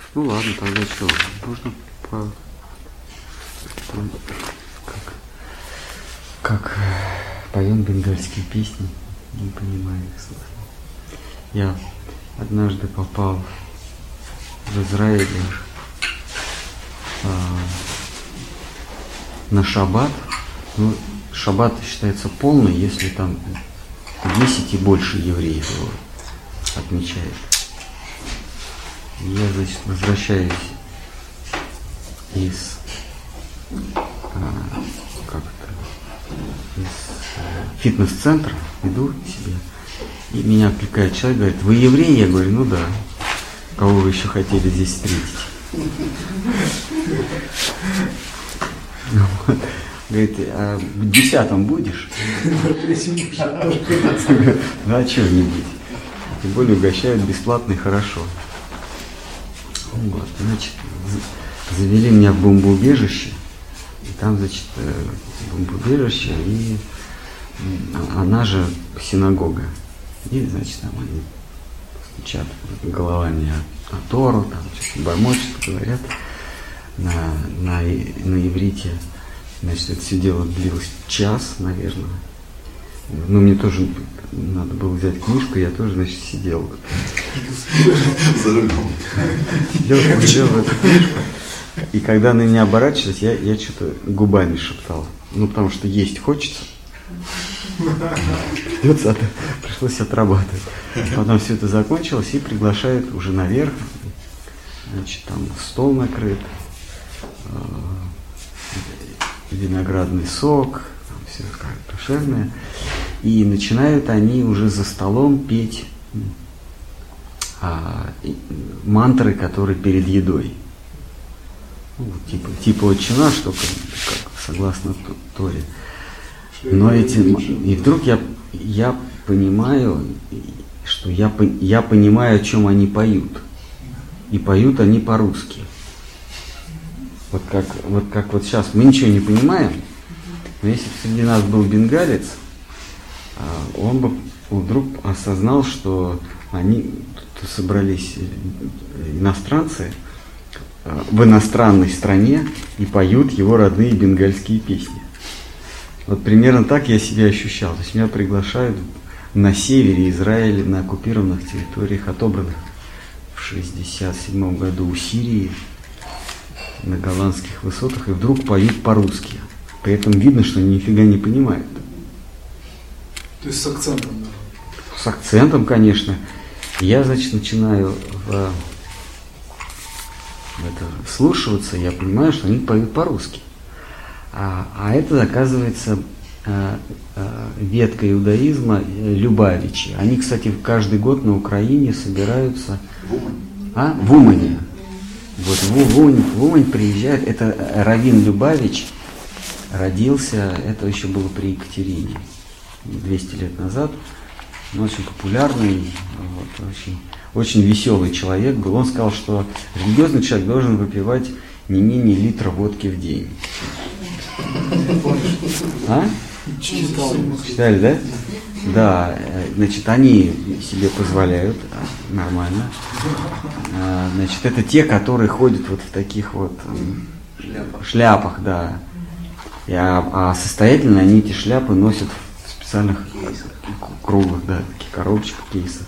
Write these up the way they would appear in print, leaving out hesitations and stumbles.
Ну ладно, тогда что? Можно как поем бенгальские песни, не понимаю их слов. Я однажды попал в Израиле на шаббат. Ну, шаббат считается полный, если там 10 и больше евреев его отмечает. Я, значит, возвращаюсь из фитнес-центра, иду себе, и меня окликает человек, говорит: вы еврей? Я говорю: ну да. Кого вы еще хотели здесь встретить? Говорит: а в 10-м будешь? Ну а чего не быть? Тем более угощают бесплатно и хорошо. Вот, значит, завели меня в бомбоубежище. И там, значит, бомбоубежище, и она же синагога. И, значит, там они стучат головами о Тору, там что-то бормочут, говорят на иврите. Значит, это все дело длилось час, наверное. Ну, мне тоже надо было взять книжку, я тоже, значит, сидел. За рулем. Сидел в эту книжку. И когда на меня оборачивались, я что-то губами шептал. Ну, потому что есть хочется. Придется, пришлось отрабатывать. Потом все это закончилось, и приглашают уже наверх. Значит, там стол накрыт, виноградный сок, все кошерное. И начинают они уже за столом петь мантры, которые перед едой. Ну, типа «Отче наш», только как, согласно Торе. Но и вдруг я понимаю, что я понимаю, о чем они поют. И поют они по-русски. Вот как сейчас мы ничего не понимаем, но если бы среди нас был бенгалец, он бы вдруг осознал, что они тут собрались иностранцы в иностранной стране и поют его родные бенгальские песни. Вот примерно так я себя ощущал. То есть меня приглашают на севере Израиля, на оккупированных территориях, отобранных в 1967 году у Сирии, на голландских высотах, и вдруг поют по-русски. При этом видно, что они нифига не понимают. То есть с акцентом, да? С акцентом, конечно. Я, значит, начинаю вслушиваться, я понимаю, что они поют по-русски. А это, оказывается, ветка иудаизма Любавичи. Они, кстати, каждый год на Украине собираются в Умане. Вот в Умань приезжает, это раввин Любавич родился, это еще было при Екатерине, 200 лет назад. Он очень популярный, вот, очень веселый человек был. Он сказал, что религиозный человек должен выпивать не менее литра водки в день. Читали, да? Да, значит, они себе позволяют, нормально. Значит, это те, которые ходят вот в таких вот шляпах, да. А состоятельно они эти шляпы носят в специальных круглых, да, таких коробочках, кейсах.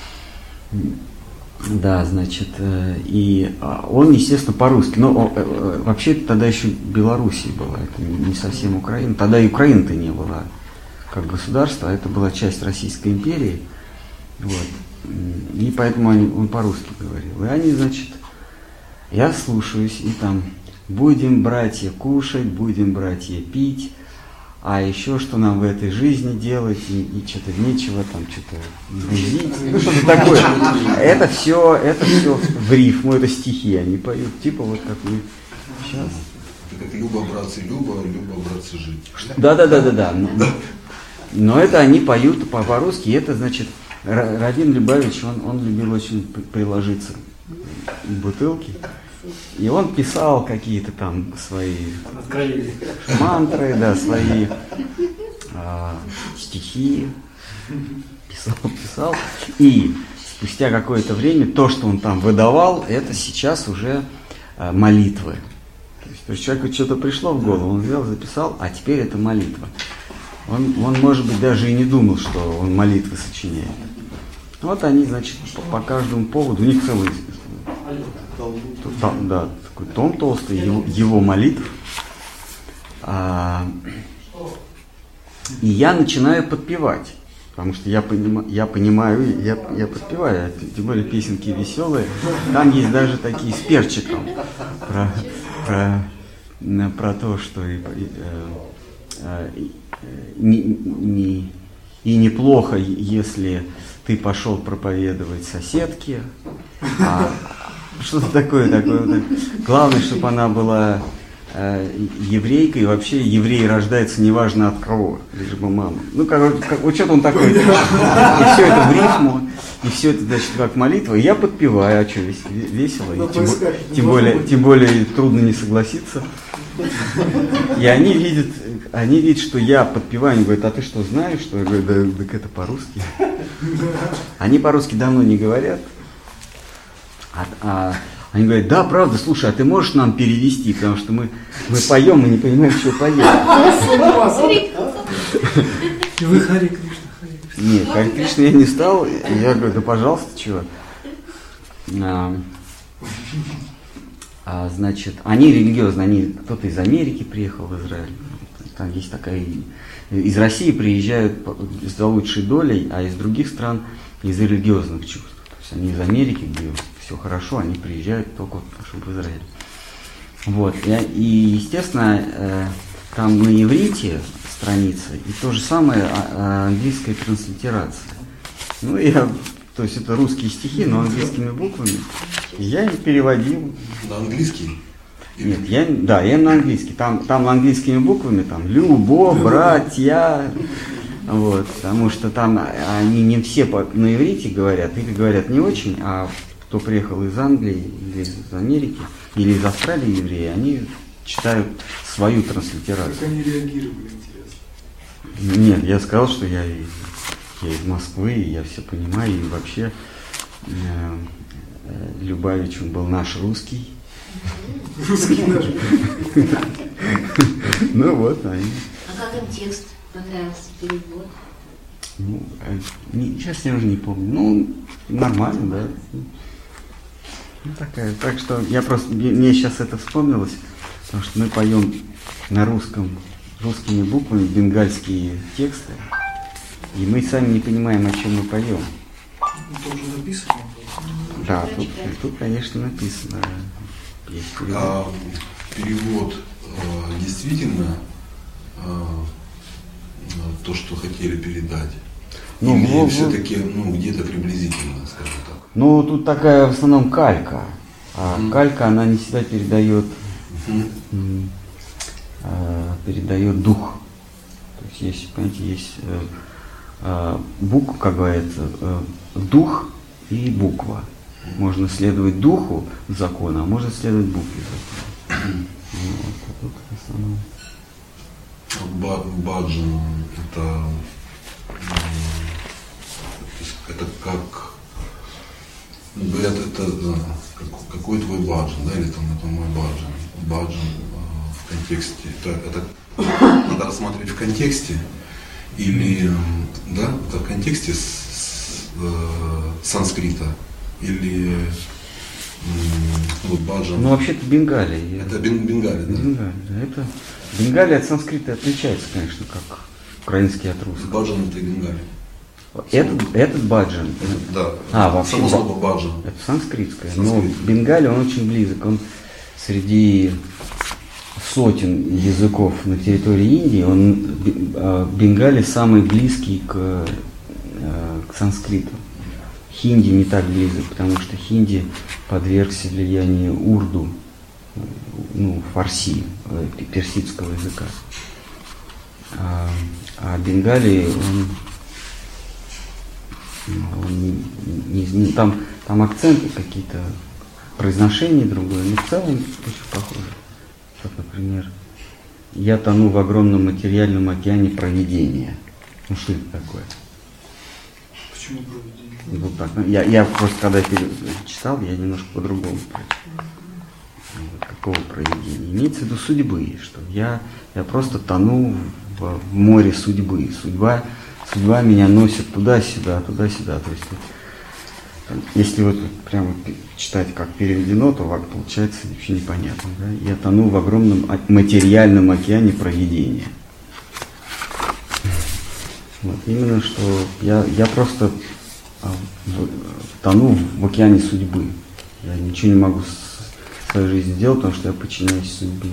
Да, значит, и он, естественно, по-русски. Но вообще это тогда еще Белоруссия была, это не совсем Украина. Тогда и Украина-то не была как государство, а это была часть Российской империи. Вот. И поэтому он по-русски говорил. И они, значит, я слушаюсь, и там: будем, братья, кушать, будем, братья, пить, а еще что нам в этой жизни делать, и что-то нечего, там что-то бузить, ну что-то такое. Это все в рифму, это стихи они поют, типа вот как мы сейчас. Как Люба, братцы, Люба, братцы, жить. Да. Но это они поют по-русски, и это, значит, раввин Любавич, он любил очень приложиться к бутылке. И он писал какие-то там свои мантры, да, свои стихи. Писал. И спустя какое-то время то, что он там выдавал, это сейчас уже молитвы. То есть человеку что-то пришло в голову, он взял, записал, а теперь это молитва. Он, может быть, даже и не думал, что он молитвы сочиняет. Вот они, значит, по каждому поводу, у них целый да, такой том толстый, его молитв. И я начинаю подпевать, потому что я понимаю, я подпеваю, тем более песенки веселые. Там есть даже такие с перчиком про то, что и неплохо, если ты пошел проповедовать соседке, что-то такое. Главное, чтобы она была еврейкой, и вообще еврей рождается неважно от кого, лишь бы мама. Ну, вот что-то он такой. И все это в рифму, и все это, значит, как молитва. И я подпеваю, а что, весело. И тем более трудно не согласиться. И они видят, что я подпеваю, они говорят, а ты что, знаешь, что? Я говорю, да это по-русски. Они по-русски давно не говорят. Они говорят, да, правда, слушай, а ты можешь нам перевести, потому что мы поем, мы не понимаем, что поем. И вы Хари Кришна. Нет, Хари Кришна я не стал. Я говорю, да пожалуйста, чего. Значит, они религиозные, кто-то из Америки приехал в Израиль. Там есть такая... Из России приезжают за лучшей долей, а из других стран из религиозных чувств. То есть они из Америки, где все хорошо, они приезжают только чтобы в Израиль. Вот. И естественно, там на иврите страница, и то же самое английская транслитерация. Ну, то есть это русские стихи, но английскими буквами. Я их переводил. На английский? Нет, я на английский. Там английскими буквами, там, любовь, братья. Вот, потому что там они не все на иврите говорят, или говорят не очень, а кто приехал из Англии, или из Америки, или из Австралии евреи, они читают свою транслитерацию. Как они реагировали, интересно? Нет, я сказал, что я из Москвы, и я все понимаю, и вообще Любавич, он был наш русский. Русский наш. Ну вот, они. А как им текст понравился, перевод? Ну, сейчас я уже не помню. Ну, нормально, да. Ну, такая. Так что мне сейчас это вспомнилось, потому что мы поем на русскими буквами бенгальские тексты, и мы сами не понимаем, о чем мы поем. Это уже написано? Да, тут конечно, написано. Есть перевод. Перевод действительно то, что хотели передать? Или все-таки где-то приблизительно, скажем так? Ну, тут такая в основном калька. А калька, она не всегда передает дух. То есть есть, понимаете, есть буква, как говорится, дух и буква. Можно следовать духу закона, а можно следовать букве закона. Вот, Баджан это как говорят, это какой твой баджан, да, или там это мой баджан. Баджан в контексте, это надо рассматривать в контексте, или да, это в контексте санскрита, или вот баджан. Ну вообще-то Бенгалия. Это Бенгалия, да? Бенгалия, да. Бенгалия от санскрита отличается, конечно, как украинский от русского. Баджан это Бенгалия. Этот баджан. Да. Вообще. Само слово баджан. Это санскритское. Но Бенгалия, он очень близок. Он среди сотен языков на территории Индии, Бенгалия самый близкий к санскриту. Хинди не так близок, потому что хинди подвергся влиянию урду, фарси, персидского языка. А Бенгалии, там акценты какие-то, произношение другое, но в целом очень похоже. Вот, например, я тону в огромном материальном океане провидения. Ну что это такое? Почему проведение? Вот так. Ну, я просто когда читал, я немножко по-другому прочитал. Вот какого проведения? Имеется в виду судьбы, что я просто тону в море судьбы. Судьба меня носит туда-сюда, туда-сюда. То есть, если вот прямо читать, как переведено, то получается вообще непонятно. Да? Я тону в огромном материальном океане провидения. Вот, именно что я просто тону в океане судьбы. Я ничего не могу в своей жизни сделать, потому что я подчиняюсь судьбе.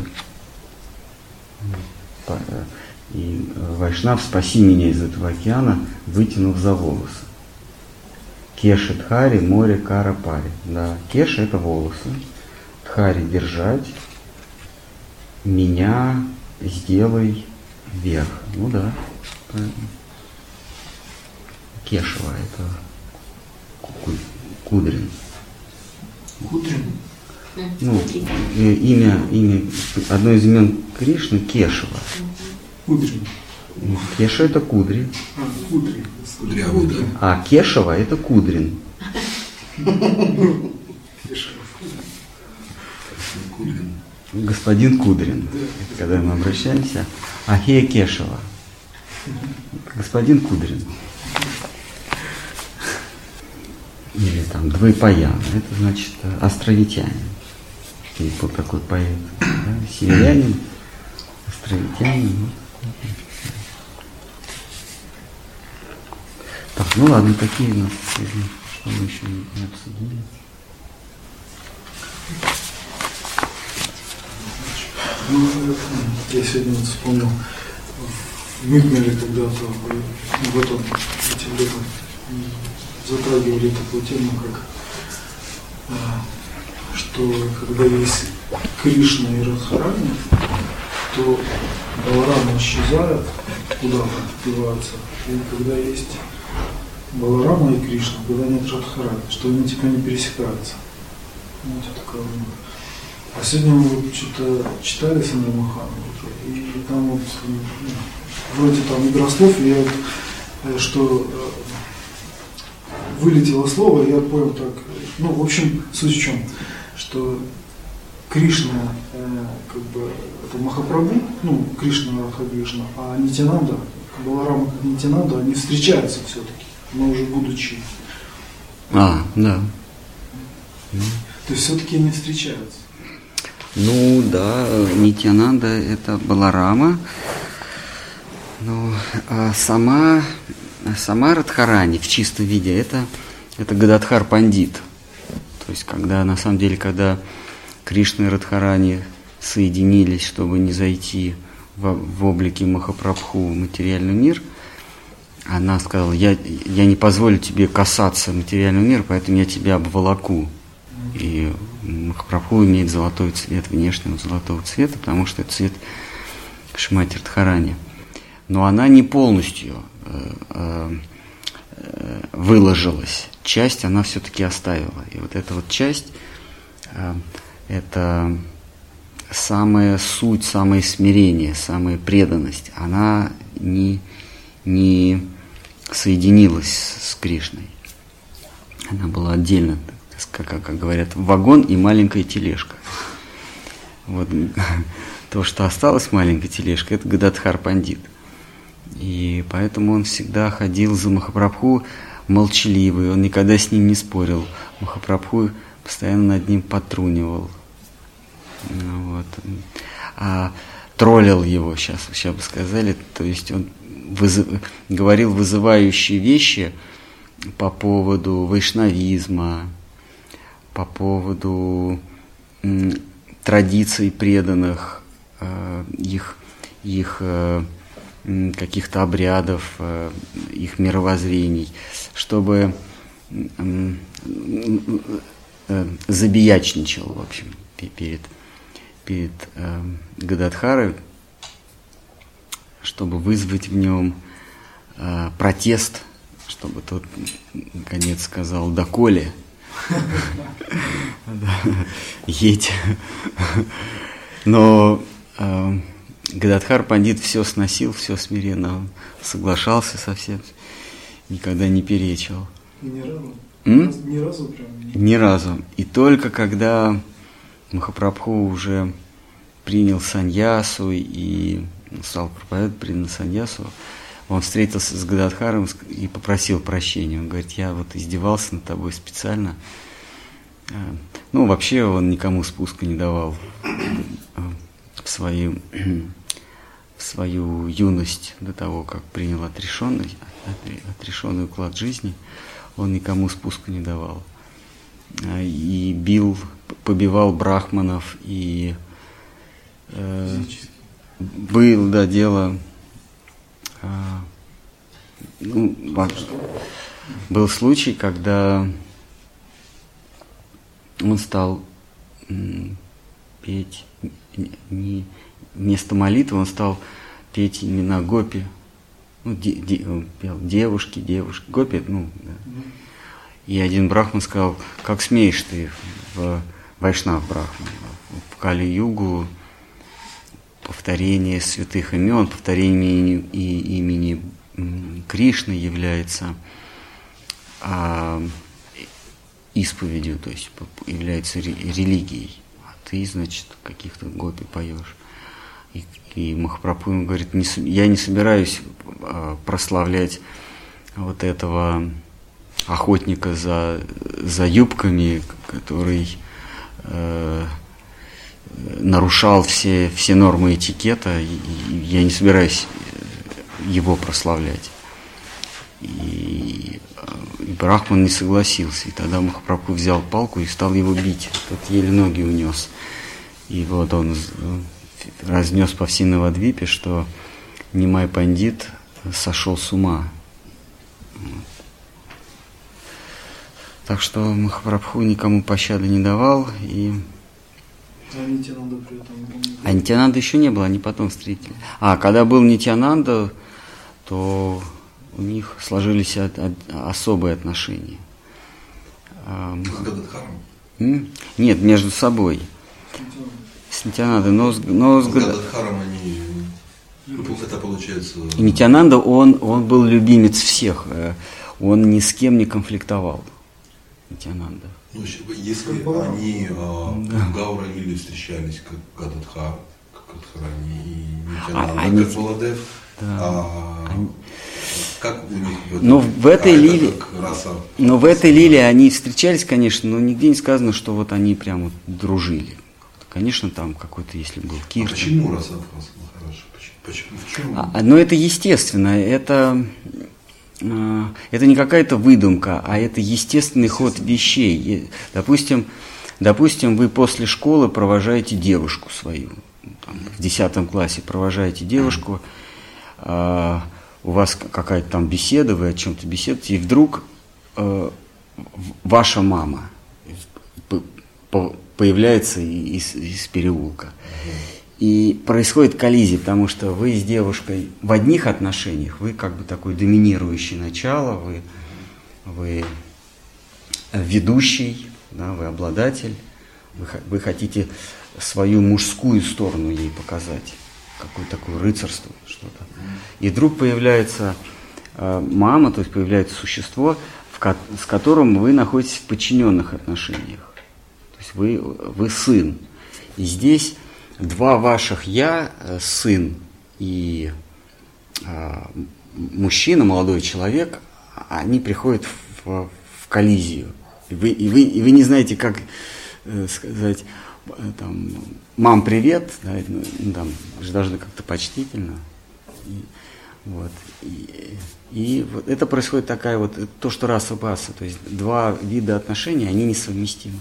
И Вайшнав, спаси меня из этого океана, вытянув за волосы. Кеша Дхари, море Кара Пари. Да, Кеша — это волосы. Дхари — держать. Меня сделай вверх. Ну да, правильно. Кешева — это Кудрин. Кудрин? Ну, имя, одно из имен Кришны — Кешева. Кудрин. Кеша — это Кудри. Кудрин. Кудрявый, да? А Кешева — это Кудрин. Кудрин. Господин Кудрин. Это когда мы обращаемся. Ахея Кешева. Господин Кудрин. Или там Двойпаян. Это значит островитянин. Есть был такой поэт. Да? Северянин, островитянин. Так, ну ладно, такие у нас сегодня, что мы еще не обсудили. Ну, я сегодня вот вспомнил, в Мюнхене когда-то в этом этим летом затрагивали такую тему, как что когда есть Кришна и Радхарани, то Баларама исчезает, куда-то деваются, и когда есть Баларама и Кришна, когда нет Радхарани, что они типа не пересекаются. Вот такая вот. А сегодня мы вот что-то читали с Андреем Маханом, и там вот вроде там игрослов, что вылетело слово, я понял так, ну, в общем, суть в чем, что Кришна, как бы, это Махапрабху, ну, Кришна, Радха Кришна, а Нитянанда, Баларама и Нитянанда, они встречаются все-таки, но уже будучи. Да. То есть все-таки они встречаются. Ну да, Нитьянанда — это Баларама, но сама Радхарани в чистом виде это Гададхар Пандит. То есть когда на самом деле, когда Кришна и Радхарани соединились, чтобы не зайти в облике Махапрабху в материальный мир, она сказала: я не позволю тебе касаться материального мира, поэтому я тебя обволоку. И Махапрабху имеет золотой цвет, внешнего золотого цвета, потому что это цвет Шримати Радхарани. Но она не полностью выложилась. Часть она все-таки оставила. И вот эта вот часть, это самая суть, самое смирение, самая преданность. Она не соединилась с Кришной. Она была отдельно, как говорят, вагон и маленькая тележка. Вот то, что осталось маленькой тележкой, это Гададхар Пандит. И поэтому он всегда ходил за Махапрабху молчаливый, он никогда с ним не спорил. Махапрабху постоянно над ним подтрунивал. Вот. А троллил его, сейчас бы сказали, то есть он говорил вызывающие вещи по поводу вайшнавизма, по поводу традиций преданных, их каких-то обрядов, их мировоззрений, чтобы забиячничал, в общем, перед Гададхарой, чтобы вызвать в нем протест, чтобы тот, наконец, сказал: «Доколе, едь». Но Гададхар Пандит все сносил, все смиренно, он соглашался со всем. никогда не перечил. И ни разу? М? Ни разу прям? Ни разу. И только когда Махапрабху уже принял саньясу и стал проповедовать, принял саньясу, он встретился с Гададхаром и попросил прощения. Он говорит, я вот издевался над тобой специально. Ну, вообще он никому спуска не давал в свою юность до того, как принял отрешенный уклад жизни. Он никому спуска не давал. И побивал брахманов, и было дело. Был случай, когда он стал петь вместо молитвы, он стал петь имена гопи. Он пел девушки, гопи, да. И один брахман сказал, как смеешь ты, вайшнав брахман, в Кали-югу повторение святых имен, повторение имени Кришны является исповедью, то есть является религией. А ты, значит, каких-то гопи поешь. И Махапрабху ему говорит, я не собираюсь прославлять вот этого охотника за юбками, который нарушал все нормы этикета, и я не собираюсь его прославлять. И брахман не согласился, и тогда Махапрабху взял палку и стал его бить. Тот еле ноги унес. И вот он разнес по всей Навадвипе, что Нимай Пандит сошел с ума. Так что Махапрабху никому пощады не давал, и А Нитьянанда при этом был? А Нитьянанда еще не было, они потом встретили. Когда был Нитьянанда, то у них сложились особые отношения. С Гададхаром? Нет, между собой. С Нитьянандой, но с Гададхаром они... Это получается... И Нитьянанда, он был любимец всех. Он ни с кем не конфликтовал. Нитьянанда. Ну, если они в Гаура-лиле встречались как Гададхар, как Радхарани и Нитьянанда, как Баладев, как у них в этой лиле они встречались, конечно, но нигде не сказано, что вот они прямо вот дружили. Конечно, там какой-то, если был киртан. Почему Раса Махарадж? Почему? В чем? Но это естественно, это не какая-то выдумка, а это естественный ход вещей. Допустим, вы после школы провожаете девушку свою, там, в 10 классе провожаете девушку, у вас какая-то там беседа, вы о чем-то беседуете, и вдруг ваша мама появляется из переулка. И происходит коллизия, потому что вы с девушкой в одних отношениях, вы как бы такое доминирующее начало, вы ведущий, да, вы обладатель, вы хотите свою мужскую сторону ей показать, какое-то такое рыцарство, что-то. И вдруг появляется мама, то есть появляется существо, с которым вы находитесь в подчиненных отношениях. То есть вы сын. И здесь два ваших «я», сын и мужчина, молодой человек, они приходят в коллизию. И вы не знаете, как сказать, там, «мам, привет», да, там, вы же должны как-то почтительно. И вот это происходит такая вот, то, что раса-баса, то есть два вида отношений, они несовместимы.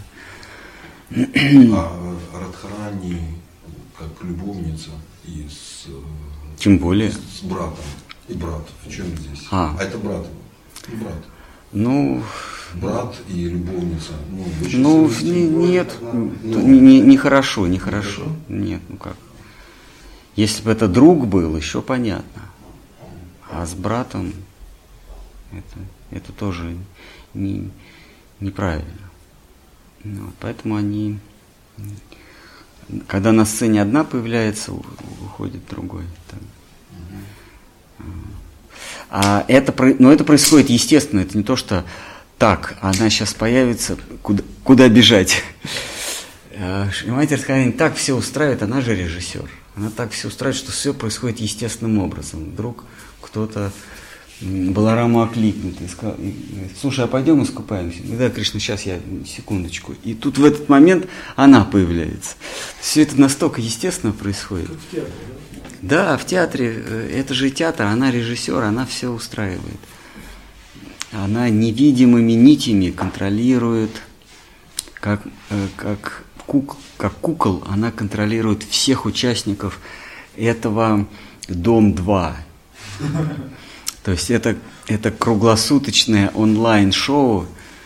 А Радхарани как любовница и тем более с братом. И брат. В чем здесь? Это брат. И брат. Ну, брат и любовница. Нет, нехорошо. Нет, как. Если бы это друг был, еще понятно. А с братом это тоже неправильно. Поэтому они, когда на сцене одна появляется, уходит другой. Но это происходит естественно, это не то, что так, она сейчас появится, куда бежать. Шримати Радхарани так все устраивает, она же режиссер. Она так все устраивает, что все происходит естественным образом. Вдруг кто-то Балараму окликнет и сказал: слушай, а пойдем искупаемся? Да, Кришна, сейчас я, секундочку. И тут в этот момент она появляется. Все это настолько естественно происходит. В театре, да, в театре, это же театр, она режиссер, она все устраивает. Она невидимыми нитями контролирует, как кукол, она контролирует всех участников этого Дом-2. То есть это круглосуточное онлайн-шоу,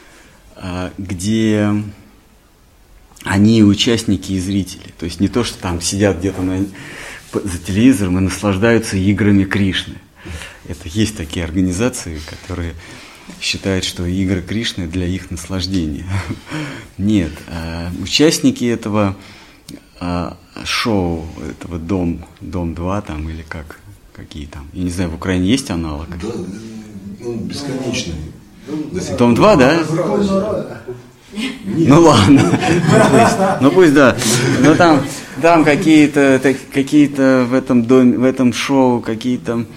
где они участники и зрители. То есть не то, что там сидят где-то за телевизором и наслаждаются играми Кришны. Это есть такие организации, которые считают, что игры Кришны для их наслаждения. Нет, участники этого шоу, этого Дом-2 там, или какие там, я не знаю, в Украине есть аналог? Да, он бесконечный. Дом-2, да? Ну ладно, ну пусть да. Но там какие-то в этом доме, в этом шоу какие-то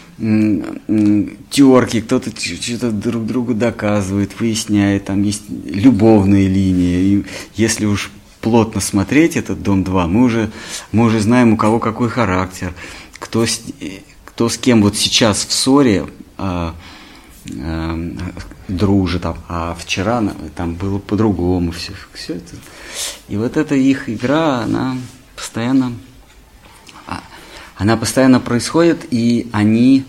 терки, кто-то что-то друг другу доказывает, выясняет, там есть любовные линии. И если уж плотно смотреть этот Дом-2, мы уже знаем, у кого какой характер, кто с кем вот сейчас в ссоре дружит, а вчера там было по-другому все это. И вот эта их игра, она постоянно происходит, и они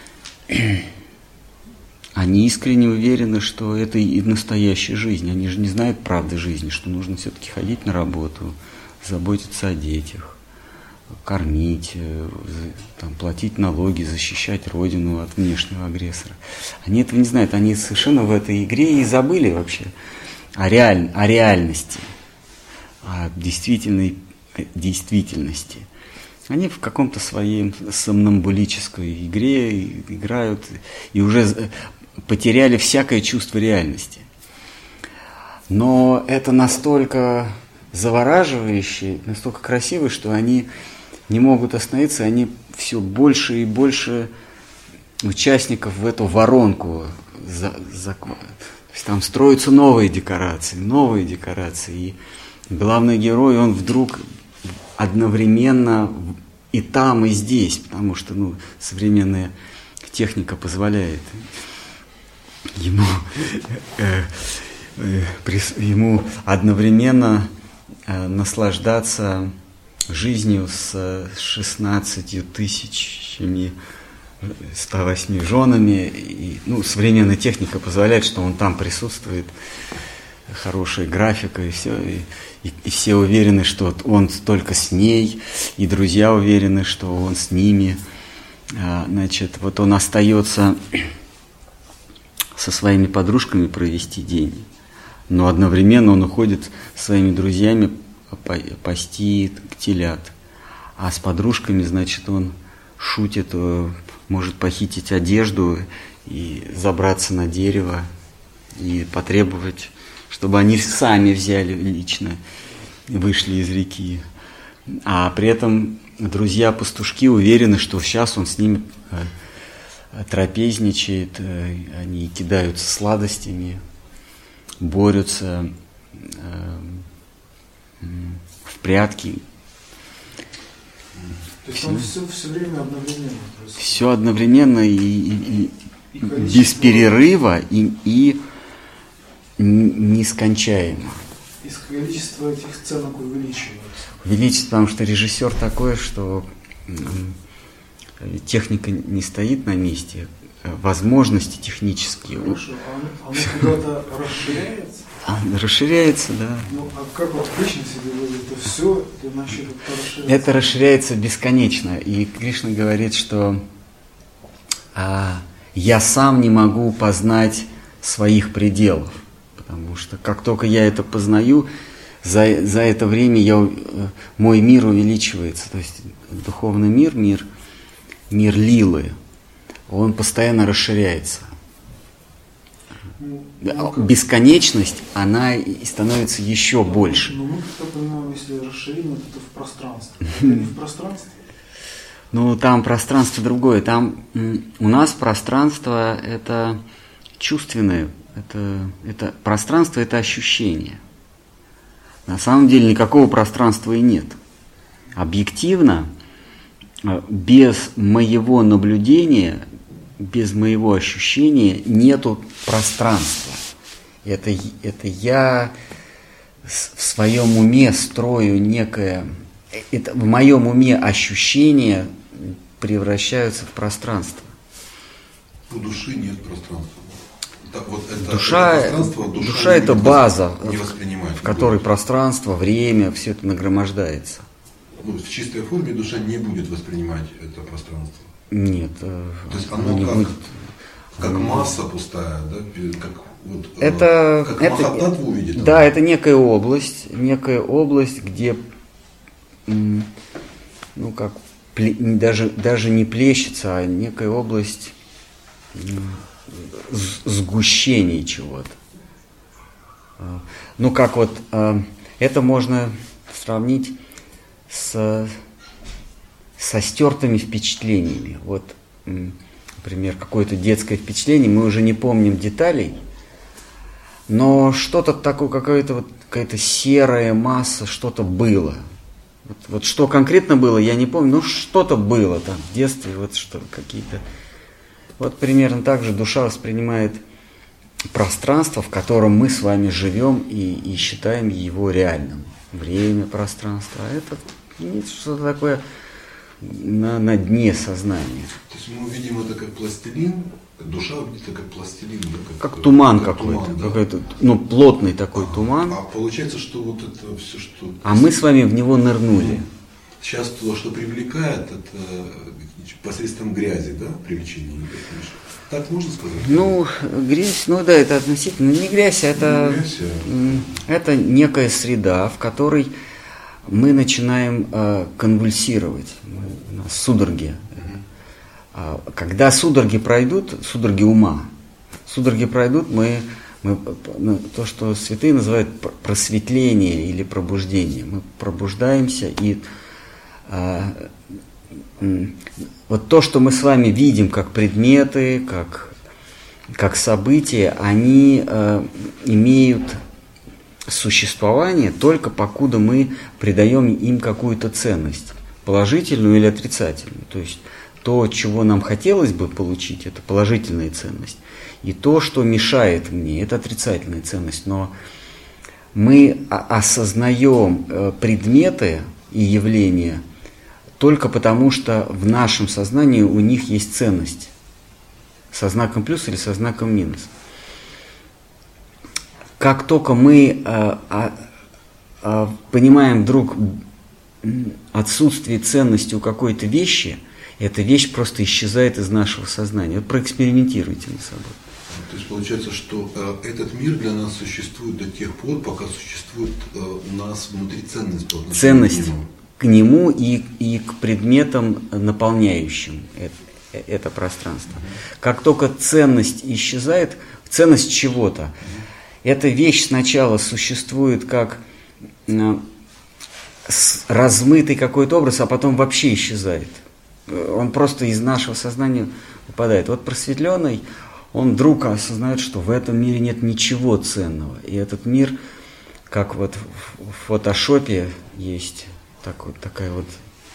искренне уверены, что это и настоящая жизнь. Они же не знают правды жизни, что нужно все-таки ходить на работу, заботиться о детях, кормить, там, платить налоги, защищать родину от внешнего агрессора. Они этого не знают, они совершенно в этой игре и забыли вообще о реальности, о действительной действительности. Они в каком-то своей сомнамбулической игре играют и уже потеряли всякое чувство реальности. Но это настолько завораживающе, настолько красиво, что они не могут остановиться, они все больше и больше участников в эту воронку. То есть там строятся новые декорации. И главный герой, он вдруг одновременно и там, и здесь, потому что современная техника позволяет ему одновременно наслаждаться жизнью с 16 108 женами. И, современная техника позволяет, что он там присутствует, хорошая графика и все. И все уверены, что он только с ней, и друзья уверены, что он с ними. Значит, вот он остается со своими подружками провести день, но одновременно он уходит со своими друзьями пасти телят. А с подружками, значит, он шутит, может похитить одежду и забраться на дерево и потребовать, чтобы они сами взяли лично, вышли из реки. А при этом друзья-пастушки уверены, что сейчас он с ними трапезничает, они кидаются сладостями, борются в прятки. То есть там все время одновременно происходит. Все одновременно и без перерыва и нескончаемо. И количество этих сценок увеличивается. Увеличивается, потому что режиссер такой, что техника не стоит на месте, возможности технические. Хорошо, оно куда-то расширяется? Расширяется, да. А как вот Кришна себе говорит, это все, значит, это расширяется? Это расширяется бесконечно. И Кришна говорит, что я сам не могу познать своих пределов. Потому что как только я это познаю, за это время мой мир увеличивается. То есть духовный мир лилы. он постоянно расширяется. Бесконечность, она и становится еще больше. Ну, мы как-то понимаем, если расширение, это в пространстве. Это не в пространстве? Ну, там пространство другое. Там у нас пространство это чувственное. Это пространство, это ощущение. На самом деле никакого пространства и нет. Объективно, без моего наблюдения, без моего ощущения нету пространства. Это я в своем уме строю некое... в моем уме ощущения превращаются в пространство. У души нет пространства. Душа это база, в которой пространство, время, все это нагромождается. Ну, в чистой форме душа не будет воспринимать это пространство. Нет. То есть оно не будет. Как масса пустая, да? Это Махататтву видит. Да, это некая область, где даже не плещется, а некая область сгущения чего-то. Ну, как вот, это можно сравнить со стертыми впечатлениями. Вот, например, какое-то детское впечатление, мы уже не помним деталей, но что-то такое, какая-то серая масса, что-то было. Вот что конкретно было, я не помню, но что-то было там в детстве, вот что какие-то. Вот примерно так же душа воспринимает пространство, в котором мы с вами живем и считаем его реальным. Время, пространство, а это что-то такое на дне сознания. То есть мы видим это как пластилин, душа видит это как пластилин. Да, как туман какой-то, да? какой-то, плотный такой туман. А получается, что вот это все, что... А мы с вами в него нырнули. Сейчас то, что привлекает, это посредством грязи, да, привлечение. Так можно сказать? Ну, грязь, это относительно не грязь, это некая среда, в которой мы начинаем конвульсировать. У нас судороги. Когда судороги пройдут, судороги ума, мы то, что святые называют просветление или пробуждение. Мы пробуждаемся, и вот то, что мы с вами видим как предметы, как события, они имеют существование только покуда мы придаем им какую-то ценность, положительную или отрицательную. То есть то, чего нам хотелось бы получить, это положительная ценность. И то, что мешает мне, это отрицательная ценность. Но мы осознаем предметы и явления только потому, что в нашем сознании у них есть ценность. Со знаком плюс или со знаком минус. Как только мы понимаем вдруг отсутствие ценности у какой-то вещи, эта вещь просто исчезает из нашего сознания. Вот проэкспериментируйте над собой. То есть получается, что этот мир для нас существует до тех пор, пока существует у нас внутри ценность. Ценность к нему и к предметам, наполняющим это пространство. Как только ценность исчезает, ценность чего-то, эта вещь сначала существует как размытый какой-то образ, а потом вообще исчезает. Он просто из нашего сознания выпадает. Вот просветленный, он вдруг осознает, что в этом мире нет ничего ценного. И этот мир, как вот в фотошопе есть такая вот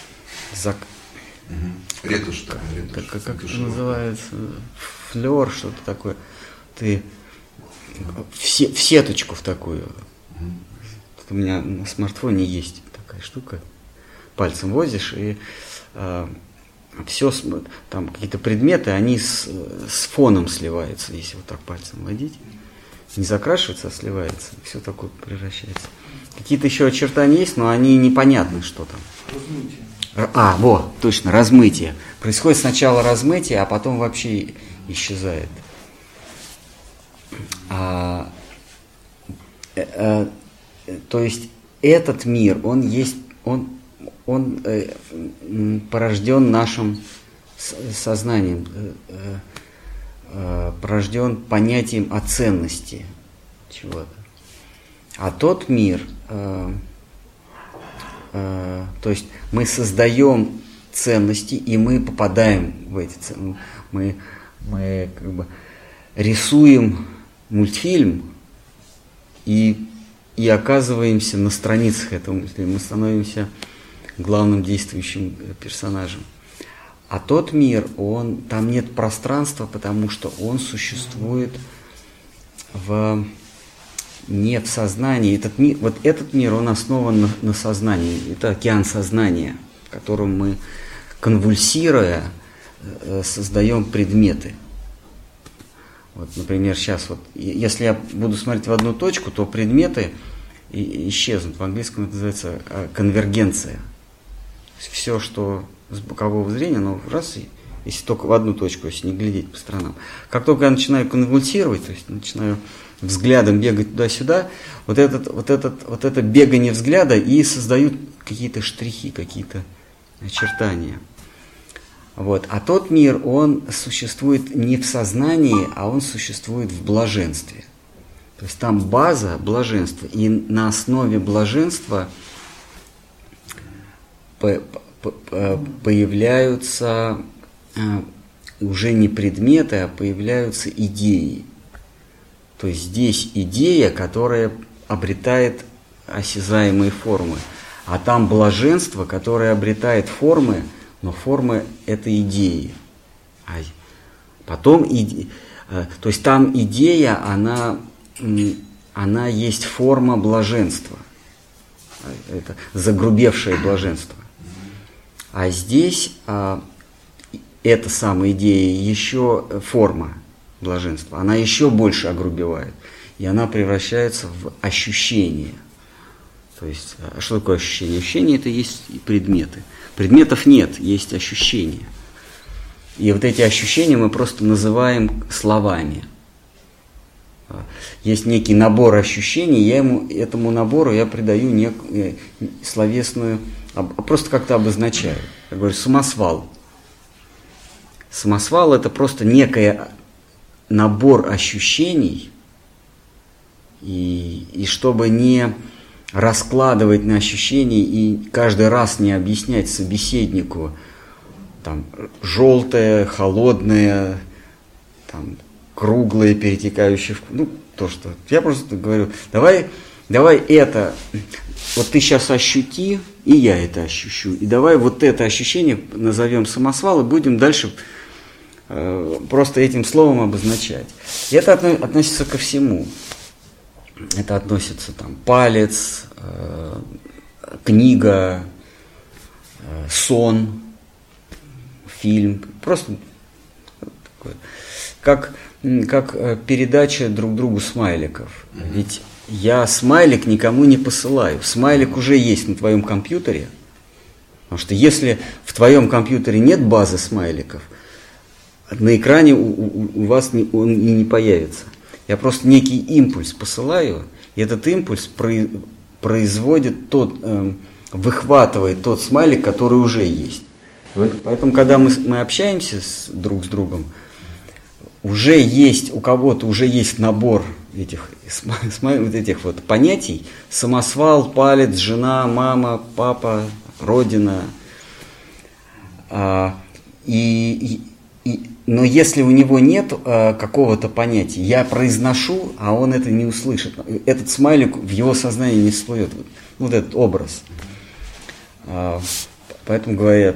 ретушь. Как это называется? Флёр, что-то такое. Ты в сеточку в такую. У меня на смартфоне есть такая штука. Пальцем возишь, и все, там какие-то предметы, они с фоном сливаются, если вот так пальцем водить. Не закрашивается, а сливается. Все такое превращается. Какие-то еще очертания есть, но они непонятны, что там. Размытие. Точно, размытие. Происходит сначала размытие, а потом вообще исчезает. То есть этот мир, он порожден нашим сознанием, порожден понятием о ценности чего-то. А тот мир, то есть мы создаем ценности, и мы попадаем в эти ценности. Мы как бы рисуем мультфильм и оказываемся на страницах этого мультфильма. Мы становимся главным действующим персонажем. А тот мир, там нет пространства, потому что он существует не в сознании. Этот мир, он основан на сознании. Это океан сознания, в котором мы, конвульсируя, создаем предметы. Вот, например, сейчас если я буду смотреть в одну точку, то предметы исчезнут. В английском это называется конвергенция. Все, что с бокового зрения, оно раз, если только в одну точку, если не глядеть по сторонам. Как только я начинаю конвульсировать, то есть начинаю взглядом бегать туда-сюда, вот это бегание взгляда и создают какие-то штрихи, какие-то очертания. Вот. А тот мир, он существует не в сознании, а он существует в блаженстве. То есть там база блаженства, и на основе блаженства появляются уже не предметы, а появляются идеи. То есть здесь идея, которая обретает осязаемые формы, а там блаженство, которое обретает формы, но формы – это идеи. А потом, то есть там идея, она есть форма блаженства. Это загрубевшее блаженство. А здесь эта самая идея еще форма блаженства. Она еще больше огрубевает. И она превращается в ощущение. То есть, что такое ощущение? Ощущение – это есть предметы. Предметов нет, есть ощущения. И вот эти ощущения мы просто называем словами. Есть некий набор ощущений, этому набору я придаю некую словесную, просто как-то обозначаю. Я говорю, самосвал. Самосвал – это просто некий набор ощущений, и чтобы не раскладывать на ощущения и каждый раз не объяснять собеседнику, там, желтое, холодное, там, круглое, перетекающее в... то, что... Я просто говорю, давай это... Вот ты сейчас ощути, и я это ощущу. И давай вот это ощущение назовем самосвал, и будем дальше просто этим словом обозначать. И это относится ко всему. Это относится там палец, книга, сон, фильм. Просто такое. Как передача друг другу смайликов. Ведь я смайлик никому не посылаю. Смайлик уже есть на твоем компьютере. Потому что если в твоем компьютере нет базы смайликов, на экране у вас он и не появится. Я просто некий импульс посылаю, и этот импульс производит выхватывает тот смайлик, который уже есть. Поэтому, когда мы общаемся друг с другом, уже есть, у кого-то уже есть набор этих понятий: самосвал, палец, жена, мама, папа, родина. Но если у него нет какого-то понятия, я произношу, а он это не услышит. Этот смайлик в его сознании не всплывет. Вот этот образ. Поэтому говорят,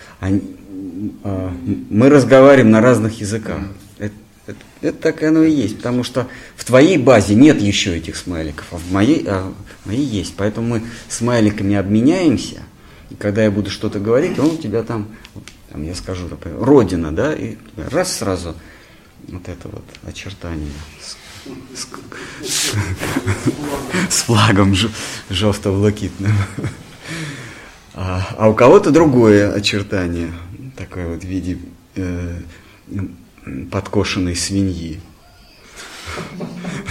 мы разговариваем на разных языках. Это так оно и есть. Потому что в твоей базе нет еще этих смайликов, а в моей есть. Поэтому мы смайликами обменяемся. И когда я буду что-то говорить, он у тебя там я скажу, например, родина, да, и раз сразу вот это вот очертание с флагом жовто-блакитным. А у кого-то другое очертание, такое вот в виде подкошенной свиньи.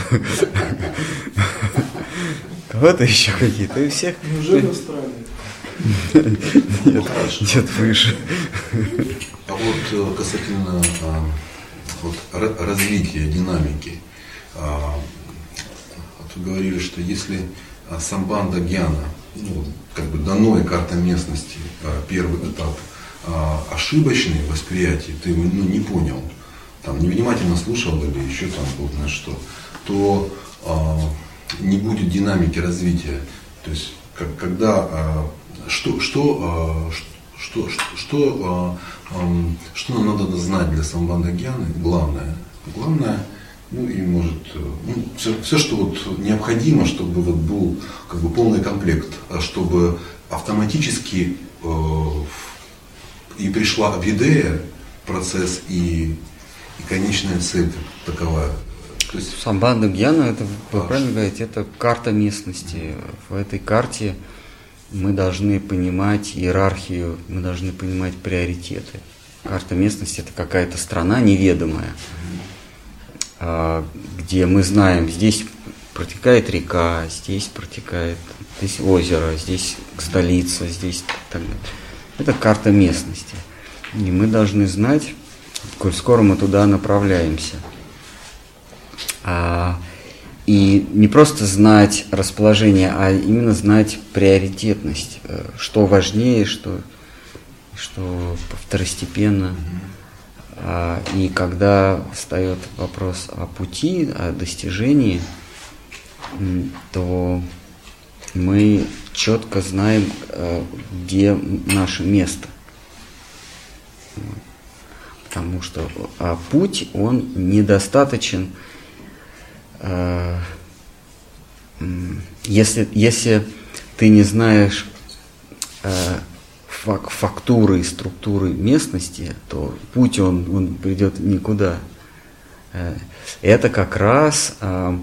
У кого-то еще какие-то, и у всех. Неужели Австралия? Нет, выше. А вот касательно развития, динамики, вы говорили, что если самбандха гьяна, как бы дано и карта местности, первый этап, ошибочное восприятие, ты не понял, там, невнимательно слушал или еще там бог знает что, то не будет динамики развития. То есть, когда что нам надо знать для самбандха гьяны? Главное, и может, все, что вот необходимо, чтобы вот был как бы полный комплект, чтобы автоматически и пришла абхидея, процесс и конечная цель такова. То есть самбандха гьяна, это вы правильно говорите, это карта местности. В этой карте мы должны понимать иерархию, мы должны понимать приоритеты. Карта местности — это какая-то страна неведомая, где мы знаем, здесь протекает река, здесь озеро, здесь столица, здесь так далее. Это карта местности. И мы должны знать, коль скоро мы туда направляемся. И не просто знать расположение, а именно знать приоритетность, что важнее, что второстепенно. И когда встает вопрос о пути, о достижении, то мы четко знаем, где наше место. Потому что путь, он недостаточен, если ты не знаешь фактуры и структуры местности, то путь он придет никуда. Это как раз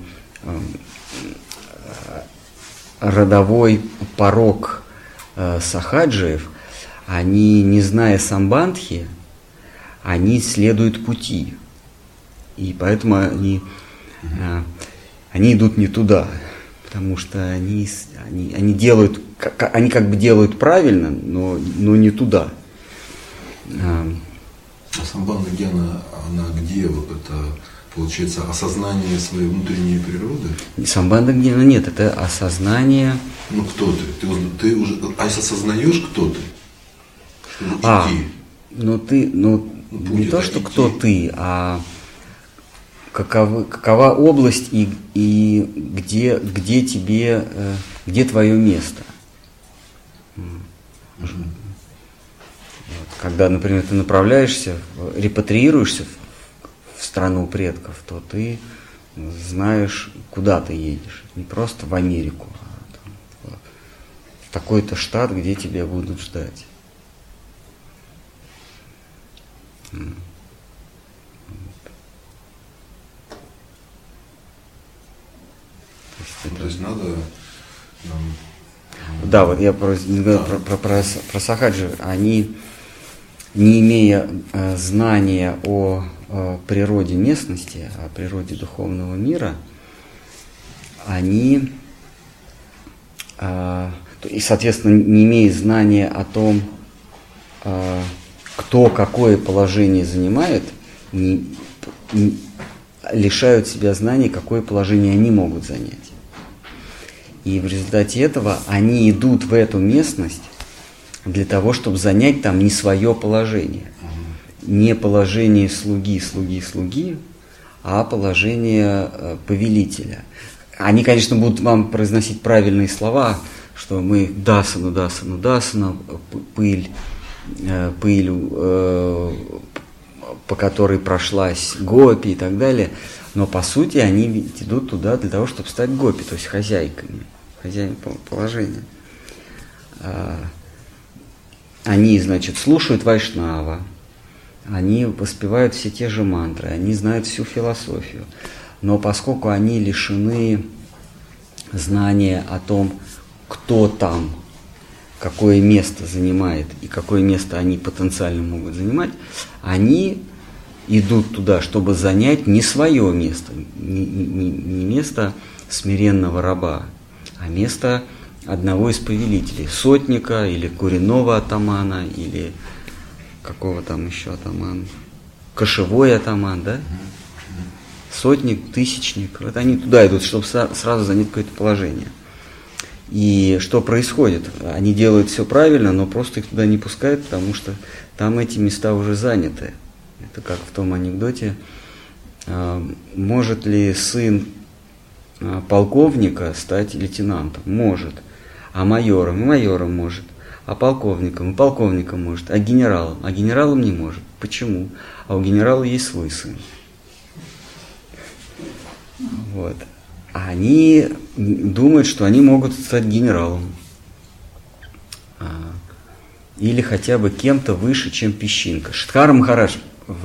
родовой порок сахаджиев. Они, не зная самбандхи, они следуют пути. И поэтому они идут не туда. Потому что они делают, они как бы делают правильно, но не туда. А самбандха гьяна, она где вот это, получается, осознание своей внутренней природы? Самбандха гьяна нет, это осознание. Кто ты? Ты уже, осознаешь, кто ты? Чтобы идти. Не то, что идти. Кто ты, а какова область и где твое место. Вот. Когда, например, ты направляешься, репатриируешься в страну предков, то ты знаешь, куда ты едешь. Не просто в Америку, а в такой-то штат, где тебя будут ждать. То есть надо... Да, вот я про сахаджи. Они, не имея знания о природе местности, о природе духовного мира, они, и, соответственно, не имея знания о том, кто какое положение занимает, лишают себя знаний, какое положение они могут занять. И в результате этого они идут в эту местность для того, чтобы занять там не свое положение. Не положение слуги, а положение повелителя. Они, конечно, будут вам произносить правильные слова, что мы дасану, пыль, по которой прошлась гопи и так далее. Но по сути они идут туда для того, чтобы стать гопи, то есть хозяйками положения. Они, значит, слушают Вайшнава, они воспевают все те же мантры, они знают всю философию. Но поскольку они лишены знания о том, кто там, какое место занимает и какое место они потенциально могут занимать, они идут туда, чтобы занять не свое место, не место смиренного раба, а место одного из повелителей, сотника или коренного атамана, или какого там еще атамана, кошевой атаман, да? Сотник, тысячник, вот они туда идут, чтобы сразу занять какое-то положение. И что происходит? Они делают все правильно, но просто их туда не пускают, потому что там эти места уже заняты. Это как в том анекдоте, может ли сын полковника стать лейтенантом? Может. А майором? И майором может. А полковником? И полковником может. А генералом? А генералом не может. Почему? А у генерала есть свой сын. Вот. А они думают, что они могут стать генералом. Или хотя бы кем-то выше, чем песчинка. Штхар Махарадж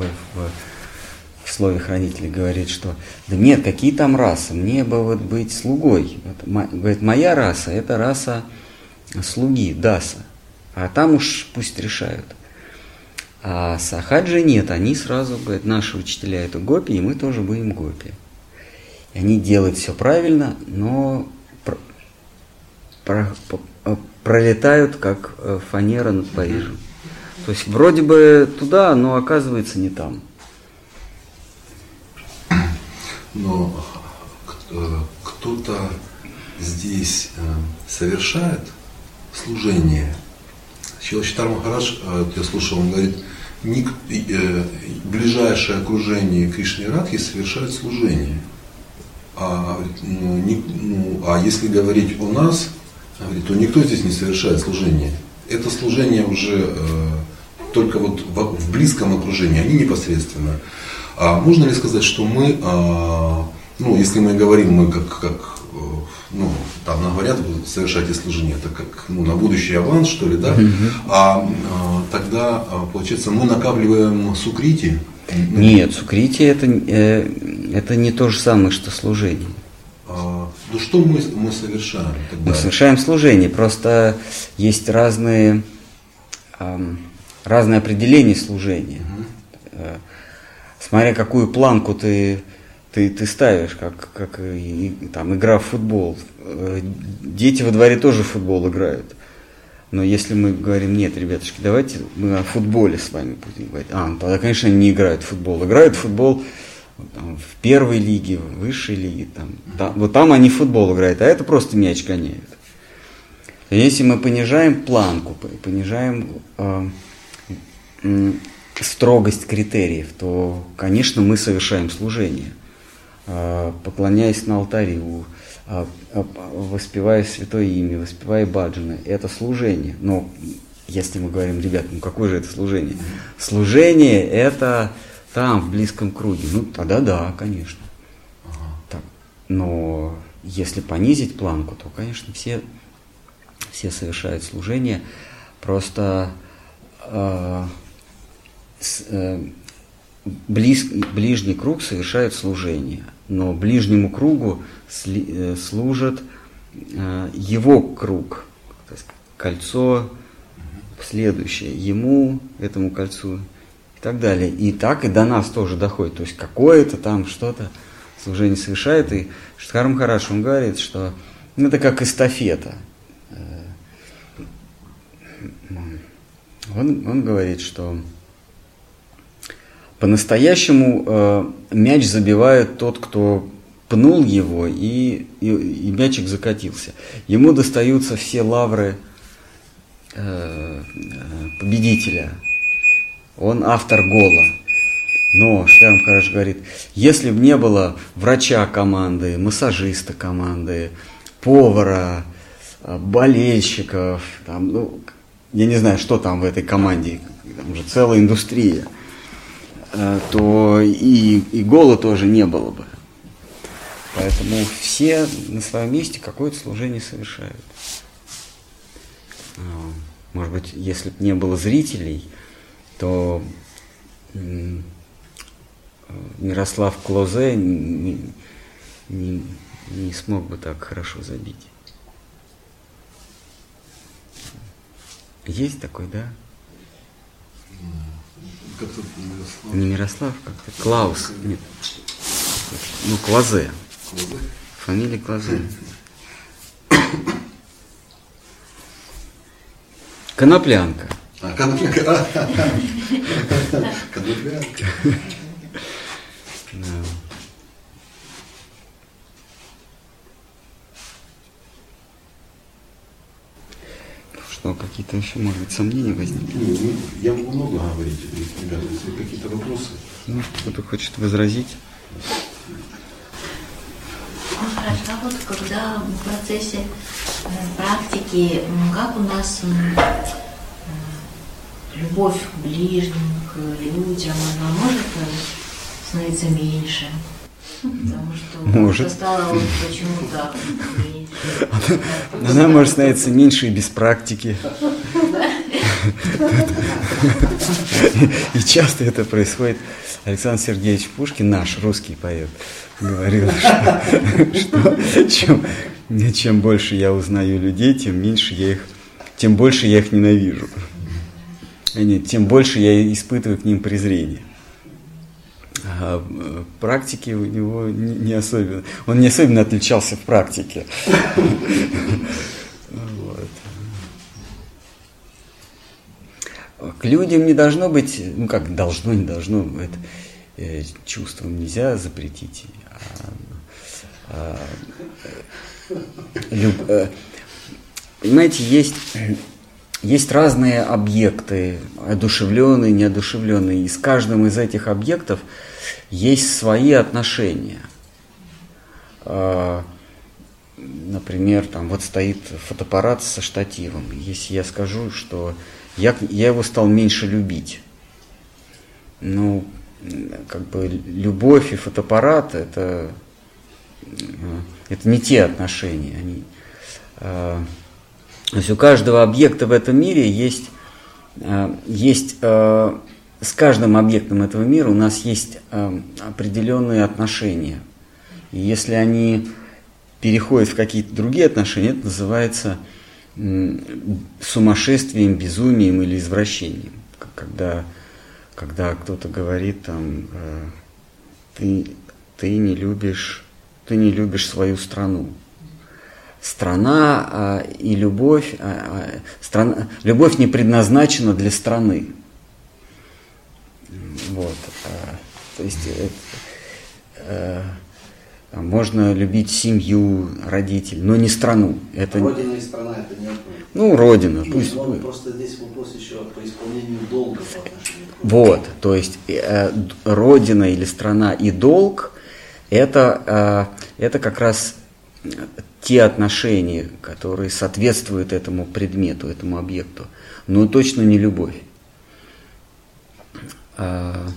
в слове хранителя говорит, что да нет, какие там расы, мне бы вот быть слугой. Говорит, моя раса – это раса слуги, даса. А там уж пусть решают. А сахаджи нет, они сразу говорят, наши учителя это гопи, и мы тоже будем гопи. И они делают все правильно, но пролетают, как фанера над Парижем. То есть вроде бы туда, но оказывается не там. Но кто-то здесь совершает служение. Шилашитар Махарадж, я слушал, он говорит, ближайшее окружение Кришны и Радхи совершает служение. А если говорить о нас, то никто здесь не совершает служение. Это служение уже только вот в близком окружении, они непосредственно. А можно ли сказать, что мы, если мы говорим, мы там говорят, совершайте служение, это как на будущий аванс, что ли, да? Тогда, получается, мы накапливаем сукрити. Нет, сукрити это не то же самое, что служение. Ну что мы совершаем тогда? Мы совершаем служение, просто есть разные определения служения. Смотря какую планку ты ставишь, как там, игра в футбол. Дети во дворе тоже в футбол играют. Но если мы говорим, нет, ребятушки, давайте мы о футболе с вами будем говорить. Тогда, конечно, они не играют в футбол. Играют в футбол там, в первой лиге, в высшей лиге. Вот там они в футбол играют, а это просто мяч гоняют. Если мы понижаем планку, понижаем строгость критериев, то, конечно, мы совершаем служение. Поклоняясь на алтаре, воспевая святое имя, воспевая баджаны, это служение. Но если мы говорим, ребят, какое же это служение? Служение это там, в близком круге. Тогда да, конечно. Так. Но если понизить планку, то, конечно, все совершают служение. Просто ближний круг совершает служение, но ближнему кругу служит его круг, кольцо следующее, ему, этому кольцу и так далее. И так и до нас тоже доходит. То есть какое-то там что-то служение совершает. И Штхар Махарадж, он говорит, что это как эстафета. Он говорит, что по-настоящему мяч забивает тот, кто пнул его, и мячик закатился. Ему достаются все лавры победителя. Он автор гола. Но Штхар Махарадж говорит, если бы не было врача команды, массажиста команды, повара, болельщиков, я не знаю, что там в этой команде, там же целая индустрия, то и гола тоже не было бы. Поэтому все на своем месте какое-то служение совершают. Может быть, если бы не было зрителей, то Мирослав Клозе не смог бы так хорошо забить. Есть такой, да? Как-то Мирослав. Не Мирослав, как-то Клаус. Нет. Клозе. Клозе? Фамилия Клозе. Коноплянка. Коноплянка. Коноплянка. Да. Что, какие-то еще, может быть, сомнения возникли? Я могу много говорить, ребята, если какие-то вопросы. Ну, кто-то хочет возразить. Ну, хорошо, а вот когда в процессе практики, как у нас любовь к ближним, к людям, она может становиться меньше? Потому что может. Стало вот почему-то меньше. Она может становиться меньше и без практики. И часто это происходит. Александр Сергеевич Пушкин, наш русский поэт, говорил, что чем больше я узнаю людей, тем больше я их ненавижу. Тем больше я испытываю к ним презрение. А практики у него не особенно. Он не особенно отличался в практике. Вот. К людям не должно быть, ну как должно, не должно, это чувствам нельзя запретить. Понимаете, есть разные объекты, одушевленные, неодушевленные, и с каждым из этих объектов есть свои отношения. Например, там вот стоит фотоаппарат со штативом. Если я скажу, что я его стал меньше любить, ну, как бы любовь и фотоаппарат это не те отношения. То есть у каждого объекта в этом мире есть с каждым объектом этого мира у нас есть определенные отношения. И если они переходят в какие-то другие отношения, это называется сумасшествием, безумием или извращением. Когда кто-то говорит там, ты не любишь свою страну. Страна и любовь, любовь не предназначена для страны. Вот. То есть можно любить семью, родителей, но не страну. Это... Родина и страна это не одно. Ну, родина, пусть будет. Просто здесь вопрос еще по исполнению долга по отношению к Вот, то есть родина или страна и долг это как раз те отношения, которые соответствуют этому предмету, этому объекту, но точно не любовь. То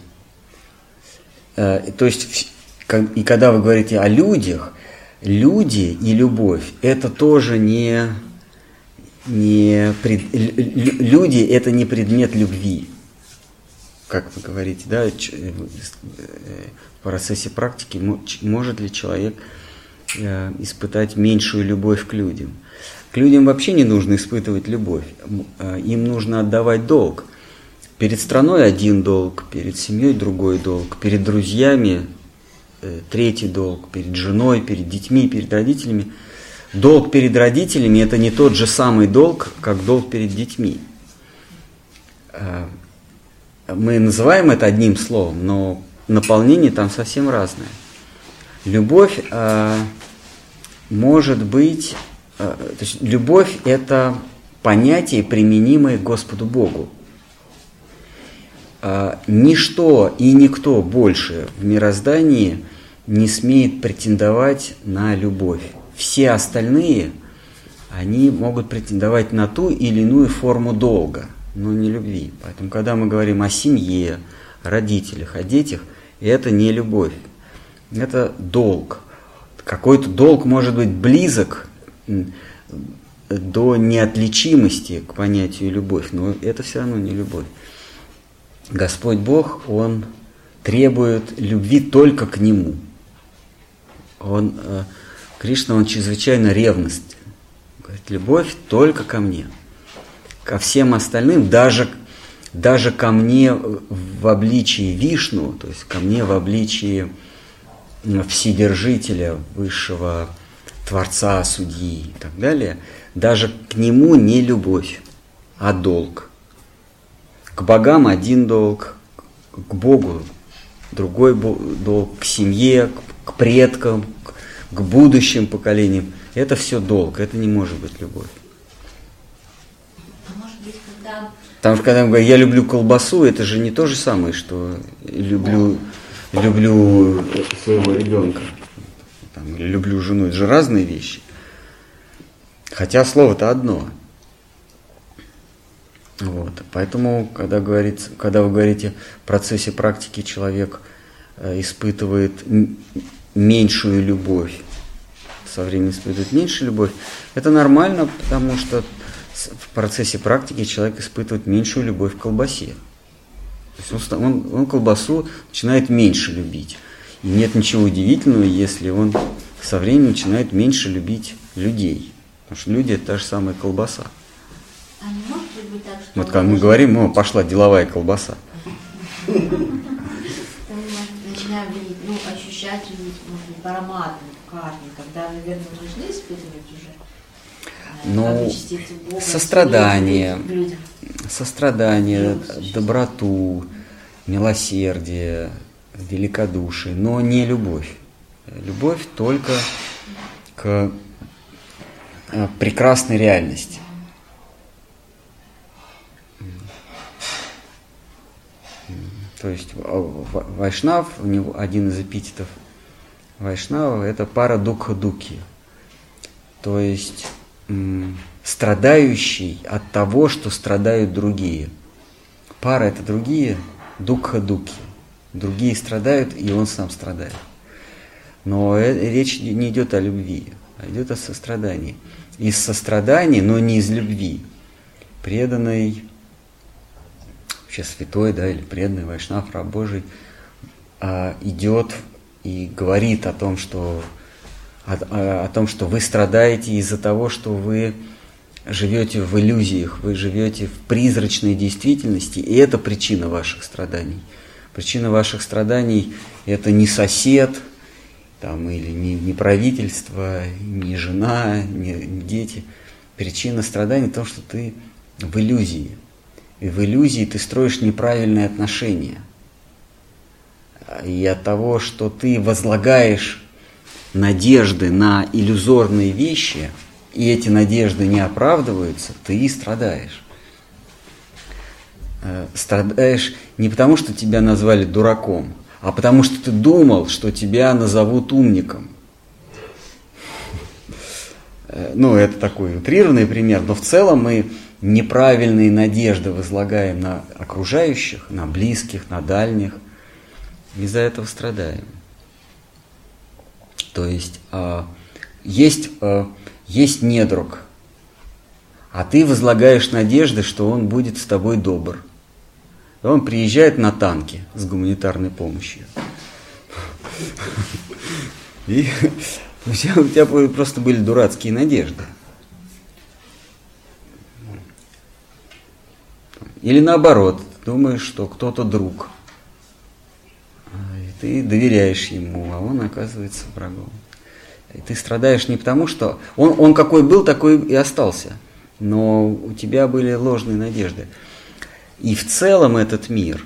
есть, и когда вы говорите о людях, люди и любовь – это тоже люди – это не предмет любви. Как вы говорите, да, в процессе практики может ли человек испытать меньшую любовь к людям? К людям вообще не нужно испытывать любовь, им нужно отдавать долг. Перед страной один долг, перед семьей другой долг, перед друзьями третий долг, перед женой, перед детьми, перед родителями. Долг перед родителями – это не тот же самый долг, как долг перед детьми. Мы называем это одним словом, но наполнение там совсем разное. Любовь может быть, то есть любовь – это понятие, применимое к Господу Богу. Ничто и никто больше в мироздании не смеет претендовать на любовь. Все остальные, они могут претендовать на ту или иную форму долга, но не любви. Поэтому, когда мы говорим о семье, о родителях, о детях, это не любовь, это долг. Какой-то долг может быть близок до неотличимости к понятию любовь, но это все равно не любовь. Господь Бог, Он требует любви только к Нему. Кришна, Он чрезвычайно ревностен. Говорит, любовь только ко мне. Ко всем остальным, даже ко мне в обличии Вишну, то есть ко мне в обличии Вседержителя, высшего Творца, Судьи и так далее, даже к Нему не любовь. а долг. К богам один долг, к Богу другой долг, к семье, к предкам, к будущим поколениям. Это все долг, это не может быть любовь. А может быть, когда... Потому что когда мы говорим, я люблю колбасу, это же не то же самое, что люблю своего ребенка. Там, или люблю жену, это же разные вещи. Хотя слово-то одно. Вот. Поэтому, когда вы говорите, в процессе практики человек испытывает меньшую любовь, со временем испытывает меньшую любовь, это нормально, потому что в процессе практики человек испытывает меньшую любовь к колбасе. То есть он колбасу начинает меньше любить. И нет ничего удивительного, если он со временем начинает меньше любить людей. Потому что люди – это та же самая колбаса. А не может ли быть так, что... Вот когда мы говорим, пошла деловая колбаса. Мы, может, начинаем видеть, ощущать, может быть, по аромату, карме, когда, наверное, должны испытывать уже частицу Бога, сострадание, доброту, милосердие, великодушие, но не любовь. Любовь только к прекрасной реальности. То есть Вайшнав, у него один из эпитетов Вайшнава – это пара-дукха-дуки. То есть страдающий от того, что страдают другие. Пара – это другие, дукха-дуки. Другие страдают, и он сам страдает. Но речь не идет о любви, а идет о сострадании. Из сострадания, но не из любви, преданный, вообще святой, или преданный вайшнав, раб Божий, идет и говорит о том, что вы страдаете из-за того, что вы живете в иллюзиях, вы живете в призрачной действительности, и это причина ваших страданий. Причина ваших страданий – это не сосед, или не правительство, не жена, не дети. Причина страданий в том, что ты в иллюзии. И в иллюзии ты строишь неправильные отношения. И от того, что ты возлагаешь надежды на иллюзорные вещи, и эти надежды не оправдываются, ты и страдаешь. Страдаешь не потому, что тебя назвали дураком, а потому что ты думал, что тебя назовут умником. Это такой утрированный пример, но в целом мы неправильные надежды возлагаем на окружающих, на близких, на дальних, из-за этого страдаем. То есть есть недруг, а ты возлагаешь надежды, что он будет с тобой добр. И он приезжает на танке с гуманитарной помощью. И у тебя просто были дурацкие надежды. Или наоборот, думаешь, что кто-то друг. И ты доверяешь ему, а он оказывается врагом. И ты страдаешь не потому, что он какой был, такой и остался. Но у тебя были ложные надежды. И в целом этот мир,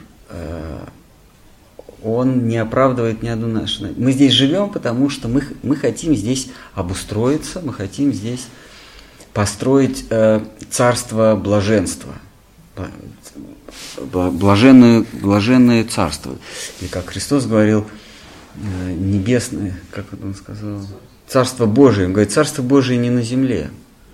он не оправдывает ни одну нашу надежду. Мы здесь живем, потому что мы хотим здесь обустроиться, мы хотим здесь построить царство блаженства. Блаженное царство. И как Христос говорил, небесное, как он сказал, царство Божие. Он говорит, царство Божие не на земле.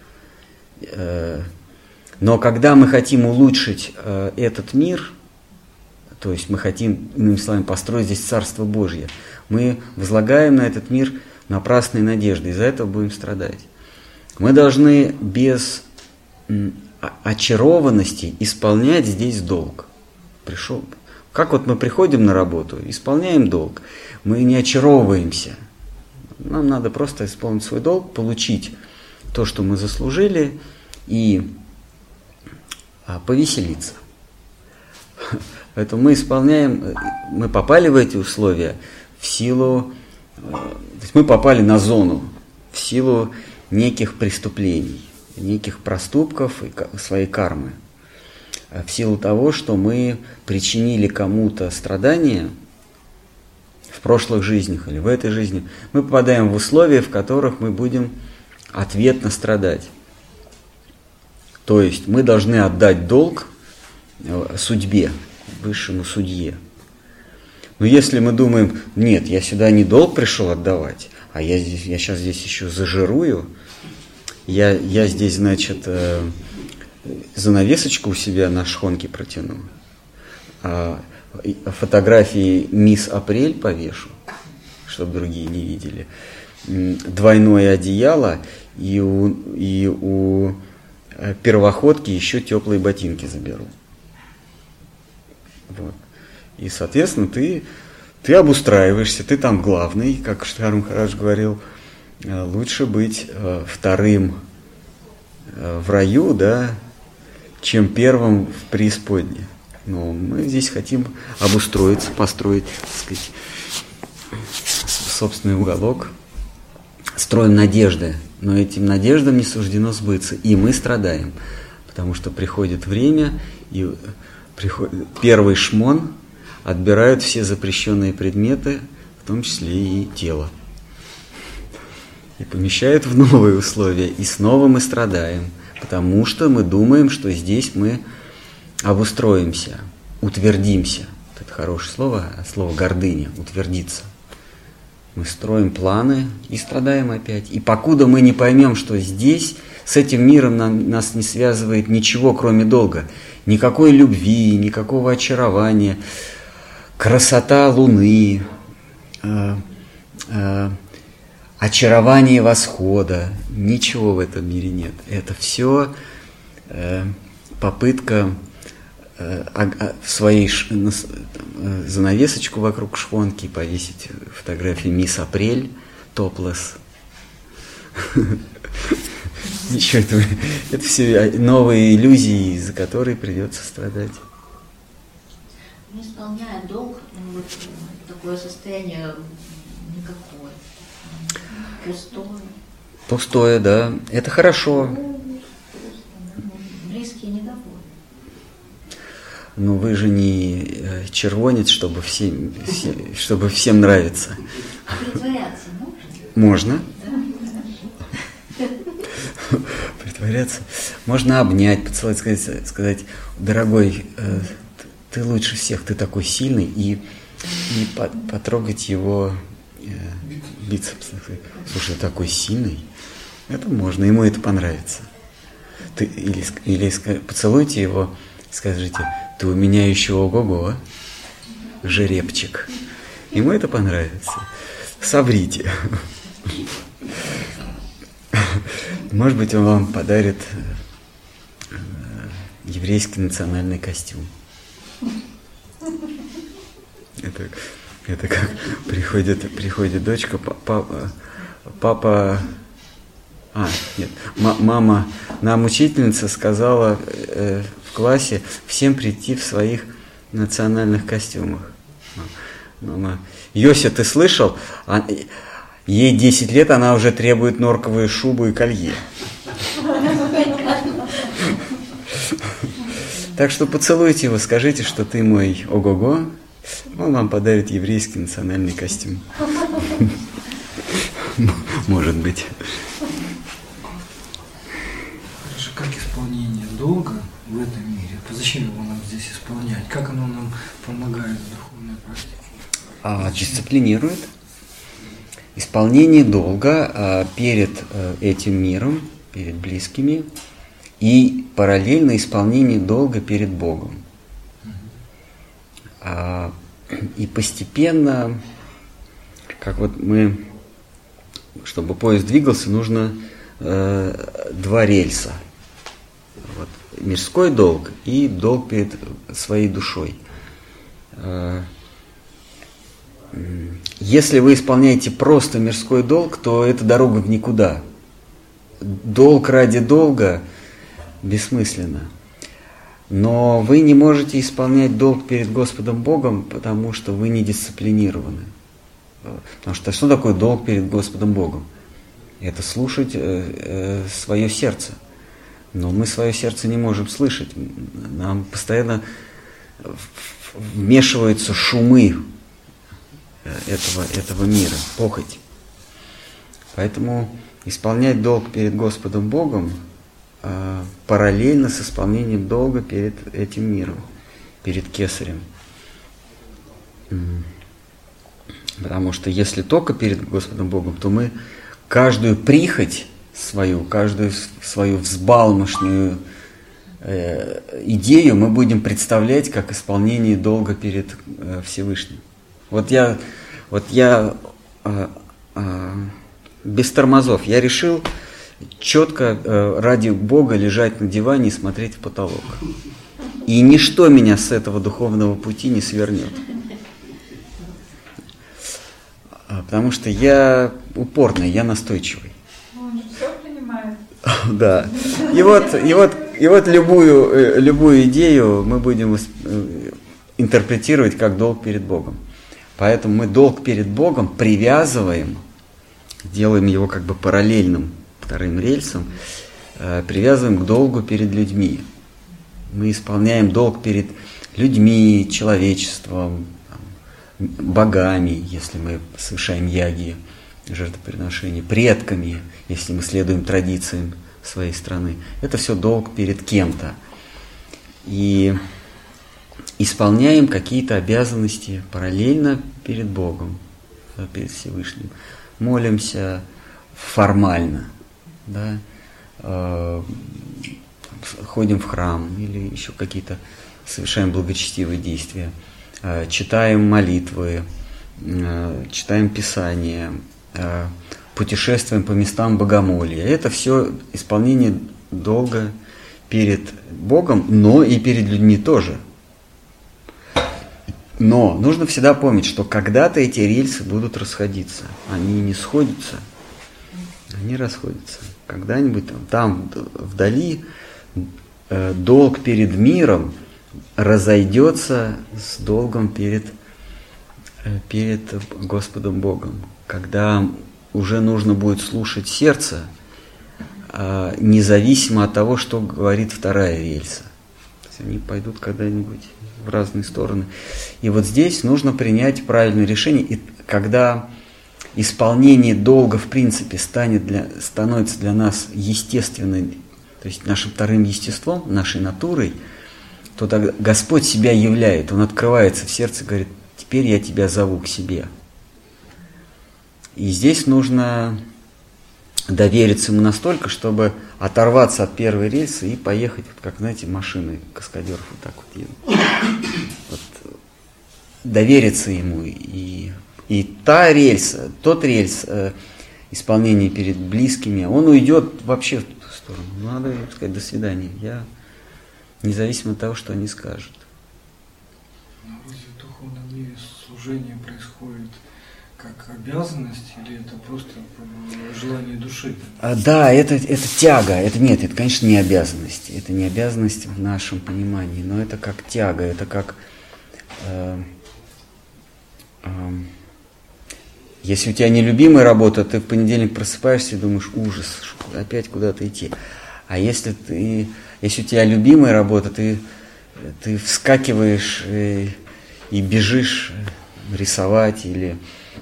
Но когда мы хотим улучшить этот мир, то есть мы хотим, иными словами, построить здесь царство Божье, мы возлагаем на этот мир напрасные надежды, из-за этого будем страдать. Мы должны без очарованности исполнять здесь долг. Как мы приходим на работу, исполняем долг, мы не очаровываемся. Нам надо просто исполнить свой долг, получить то, что мы заслужили, и повеселиться. Поэтому мы попали в эти условия в силу, то есть мы попали на зону в силу неких преступлений, неких проступков и своей кармы. в силу того, что мы причинили кому-то страдания в прошлых жизнях или в этой жизни, мы попадаем в условия, в которых мы будем ответно страдать. То есть мы должны отдать долг судьбе, высшему судье. Но если мы думаем, нет, я сюда не долг пришел отдавать, а я сейчас здесь еще зажирую, я здесь, значит, занавесочку у себя на шхонке протяну, а фотографии мисс Апрель повешу, чтобы другие не видели, двойное одеяло, и у первоходки еще теплые ботинки заберу. Вот. И, соответственно, ты обустраиваешься, ты там главный, как Штхар Махарадж говорил, лучше быть вторым в раю, да, чем первым в преисподней. Но мы здесь хотим обустроиться, построить, так сказать, собственный уголок, строим надежды, но этим надеждам не суждено сбыться, и мы страдаем, потому что приходит время, и первый шмон отбирают все запрещенные предметы, в том числе и тело, и помещают в новые условия, и снова мы страдаем, потому что мы думаем, что здесь мы обустроимся, утвердимся. Вот это хорошее слово, слово гордыня, утвердиться. Мы строим планы и страдаем опять. И покуда мы не поймем, что здесь с этим миром нас не связывает ничего, кроме долга, никакой любви, никакого очарования, красота луны, очарование восхода, ничего в этом мире нет. Это все попытка в своей занавесочку вокруг шхонки повесить фотографию мисс Апрель, топлесс. Ничего этого. Это все новые иллюзии, из-за которых придется страдать. Не исполняя долг, вот такое состояние никакое. Пустое. Пустое, да. Это хорошо. Близкие недовольны. Но вы же не червонец, чтобы всем нравиться. Притворяться можно? Можно. Притворяться. Можно обнять, поцеловать, сказать, дорогой, ты лучше всех, ты такой сильный, и потрогать его бицепс. Слушай, такой сильный. Это можно, ему это понравится. Или поцелуйте его, скажите, ты у меня еще ого-го, жеребчик. Ему это понравится. Соврите. Может быть, он вам подарит еврейский национальный костюм. Это как приходит дочка, папа. Мама, нам учительница сказала в классе всем прийти в своих национальных костюмах. Мама, Йося, ты слышал? Ей 10 лет, она уже требует норковую шубу и колье. Так что поцелуйте его, скажите, что ты мой ого-го, он вам подарит еврейский национальный костюм. Может быть. Хорошо, как исполнение долга в этом мире? Зачем его нам здесь исполнять? Как оно нам помогает в духовной практике? Дисциплинирует. Исполнение долга перед этим миром, перед близкими, и параллельно исполнение долга перед Богом. И постепенно, как вот чтобы поезд двигался, нужно 2 рельса. Вот, мирской долг и долг перед своей душой. Если вы исполняете просто мирской долг, то это дорога в никуда. Долг ради долга бессмысленно. Но вы не можете исполнять долг перед Господом Богом, потому что вы не дисциплинированы. Потому что такое долг перед Господом Богом? Это слушать свое сердце. Но мы свое сердце не можем слышать. Нам постоянно вмешиваются шумы этого мира, похоть. Поэтому исполнять долг перед Господом Богом параллельно с исполнением долга перед этим миром, перед Кесарем. Потому что если только перед Господом Богом, то мы каждую прихоть свою, каждую свою взбалмошную идею мы будем представлять как исполнение долга перед Всевышним. Вот я без тормозов, я решил четко ради Бога лежать на диване и смотреть в потолок. И ничто меня с этого духовного пути не свернет. Потому что я упорный, я настойчивый. Он же все принимает. Да. И вот любую идею мы будем интерпретировать как долг перед Богом. Поэтому мы долг перед Богом привязываем, делаем его как бы параллельным вторым рельсом, привязываем к долгу перед людьми. Мы исполняем долг перед людьми, человечеством, богами, если мы совершаем яги, жертвоприношения, предками, если мы следуем традициям своей страны. Это все долг перед кем-то. И исполняем какие-то обязанности параллельно перед Богом, перед Всевышним. Молимся формально, да? Ходим в храм или еще какие-то совершаем благочестивые действия. Читаем молитвы, читаем Писание, путешествуем по местам богомолья. Это все исполнение долга перед Богом, но и перед людьми тоже. Но нужно всегда помнить, что когда-то эти рельсы будут расходиться. Они не сходятся, они расходятся. Когда-нибудь там вдали долг перед миром разойдется с долгом перед Господом Богом, когда уже нужно будет слушать сердце, независимо от того, что говорит вторая рельса. То есть они пойдут когда-нибудь в разные стороны. И вот здесь нужно принять правильное решение. И когда исполнение долга в принципе становится для нас естественным, то есть нашим вторым естеством, нашей натурой, то тогда Господь себя являет, Он открывается в сердце и говорит: теперь я тебя зову к себе. И здесь нужно довериться Ему настолько, чтобы оторваться от первой рельсы и поехать, вот как, знаете, машины каскадеров вот так вот едут. Вот, довериться Ему. И та рельса, тот рельс исполнения перед близкими, он уйдет вообще в ту сторону. Надо сказать: до свидания. Я независимо от того, что они скажут. Но разве в духовном мире служение происходит как обязанность или это просто желание души? Да, это тяга. Это, конечно, не обязанность. Это не обязанность в нашем понимании, но это как тяга, это как... если у тебя нелюбимая работа, ты в понедельник просыпаешься и думаешь: ужас, опять куда-то идти. А если у тебя любимая работа, ты вскакиваешь и бежишь рисовать или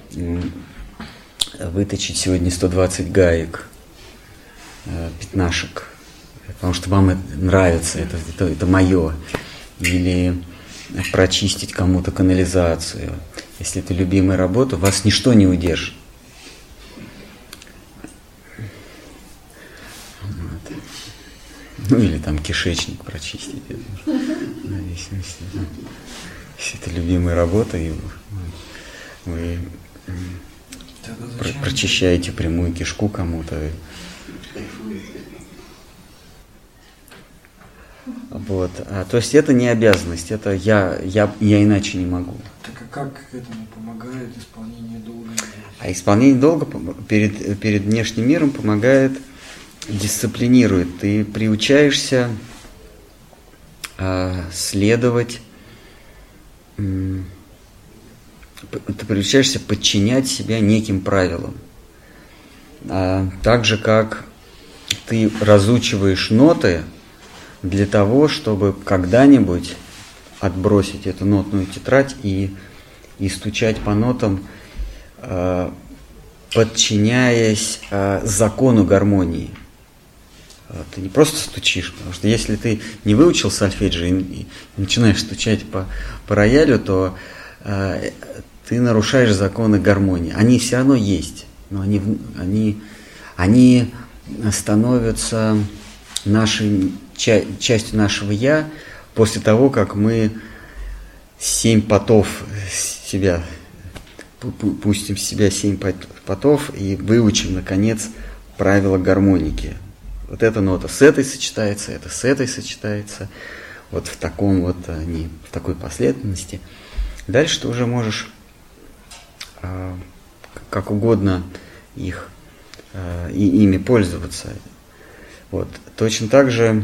выточить сегодня 120 гаек, пятнашек, потому что вам это нравится, это мое. Или прочистить кому-то канализацию. Если это любимая работа, вас ничто не удержит. Ну или там кишечник прочистить. Если это любимая работа, и вы прочищаете прямую кишку кому-то. Вот. То есть это не обязанность, это я иначе не могу. Так а как этому помогает исполнение долга? А исполнение долга перед внешним миром помогает, дисциплинирует. Ты приучаешься следовать, ты приучаешься подчинять себя неким правилам. Так же, как ты разучиваешь ноты для того, чтобы когда-нибудь отбросить эту нотную тетрадь и стучать по нотам, подчиняясь закону гармонии. Ты не просто стучишь, потому что если ты не выучил сольфеджио и начинаешь стучать по роялю, то ты нарушаешь законы гармонии. Они все равно есть, но они становятся частью нашего «я» после того, как мы 7 потов себя, пустим в себя 7 потов и выучим, наконец, правила гармоники. Вот эта нота с этой сочетается, это с этой сочетается, вот в таком вот, в такой последовательности. Дальше ты уже можешь как угодно ими пользоваться. Вот. Точно так же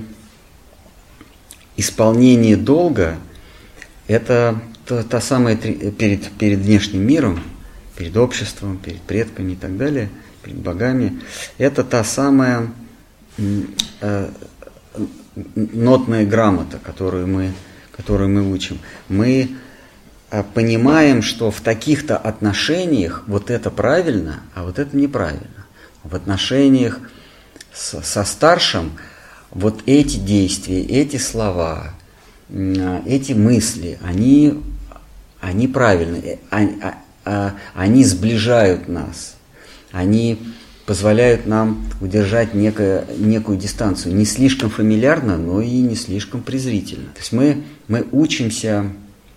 исполнение долга – это та самая перед внешним миром, перед обществом, перед предками и так далее, перед богами. Это та самая нотная грамота, которую мы учим. Мы понимаем, что в таких-то отношениях вот это правильно, а вот это неправильно. В отношениях со старшим вот эти действия, эти слова, эти мысли, они правильные, они сближают нас, они позволяют нам удержать некую дистанцию, не слишком фамильярно, но и не слишком презрительно. То есть мы учимся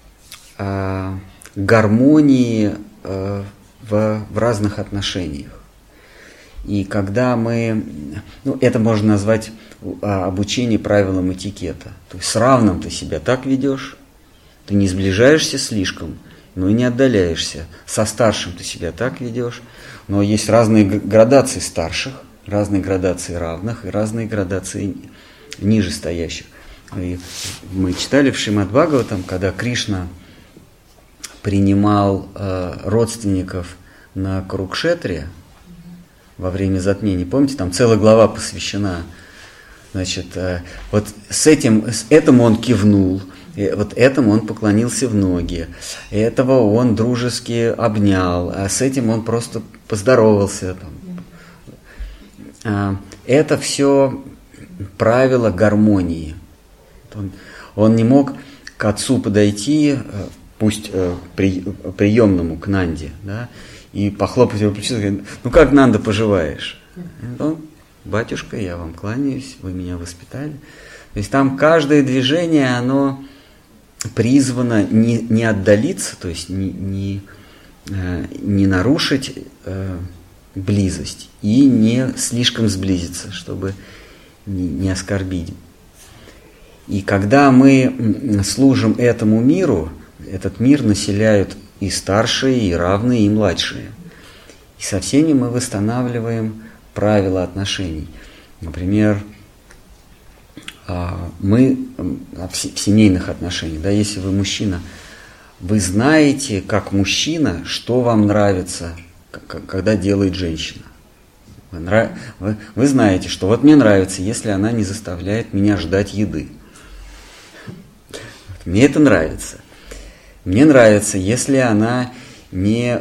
гармонии в разных отношениях. И когда это можно назвать обучение правилам этикета. То есть с равным ты себя так ведешь, ты не сближаешься слишком, но и не отдаляешься. Со старшим ты себя так ведешь, но есть разные градации старших, разные градации равных и разные градации нижестоящих. И мы читали в Шримад-Бхагаватам, когда Кришна принимал родственников на Курукшетре во время затмения. Помните, там целая глава посвящена. Значит, вот этому он кивнул, вот этому он поклонился в ноги, этого он дружески обнял, а с этим он просто поздоровался. Это все правила гармонии. Он не мог к отцу подойти, пусть приемному, к Нанде, да, и похлопать его плечо, сказать: ну как, Нанда, поживаешь? Он: батюшка, я вам кланяюсь, вы меня воспитали. То есть там каждое движение, оно призвано не отдалиться, то есть не нарушить близость и не слишком сблизиться, чтобы не оскорбить. И когда мы служим этому миру, этот мир населяют и старшие, и равные, и младшие. И со всеми мы восстанавливаем правила отношений. Например, мы в семейных отношениях, да, если вы мужчина, вы знаете, как мужчина, что вам нравится, когда делает женщина. Вы знаете, что вот мне нравится, если она не заставляет меня ждать еды. Мне это нравится. Мне нравится, если она не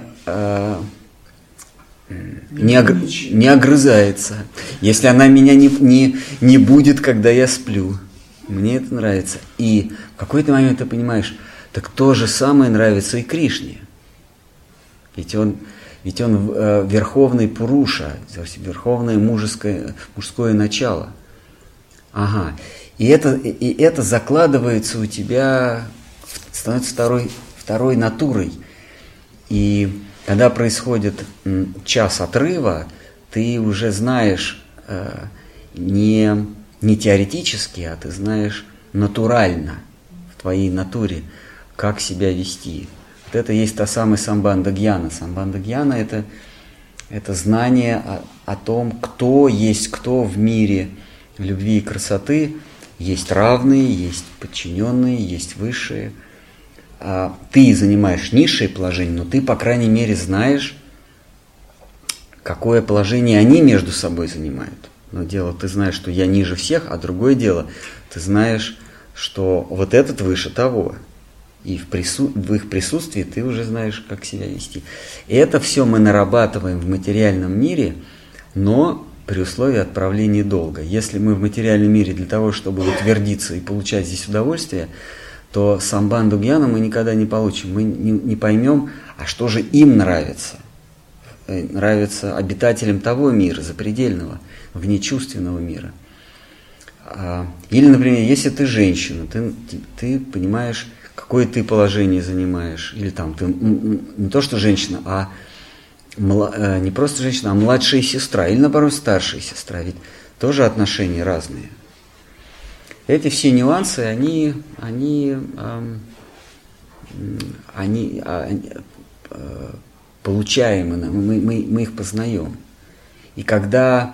огрызается, если она меня не будет, когда я сплю. Мне это нравится. И в какой-то момент ты понимаешь, так то же самое нравится и Кришне. Ведь он верховный Пуруша, верховное мужское начало. Ага. И это закладывается у тебя, становится второй натурой. И когда происходит час отрыва, ты уже знаешь не теоретически, а ты знаешь натурально, в твоей натуре, как себя вести. Вот это есть та самая самбандха-гьяна. Самбандха-гьяна – это знание о том, кто есть кто в мире любви и красоты. Есть равные, есть подчиненные, есть высшие. Ты занимаешь низшее положение, но ты, по крайней мере, знаешь, какое положение они между собой занимают. Одно дело, ты знаешь, что я ниже всех, а другое дело, ты знаешь, что вот этот выше того. И в их присутствии ты уже знаешь, как себя вести. И это все мы нарабатываем в материальном мире, но при условии отправления долга. Если мы в материальном мире для того, чтобы утвердиться и получать здесь удовольствие, то самбанду гьяна мы никогда не получим. Мы не поймем, а что же им нравится. Нравится обитателям того мира, запредельного, внечувственного мира. Или, например, если ты женщина, ты понимаешь, какое ты положение занимаешь. Или там ты не то что женщина, а не просто женщина, а младшая сестра. Или, наоборот, старшая сестра. Ведь тоже отношения разные. Эти все нюансы, они получаемы, мы их познаем. И когда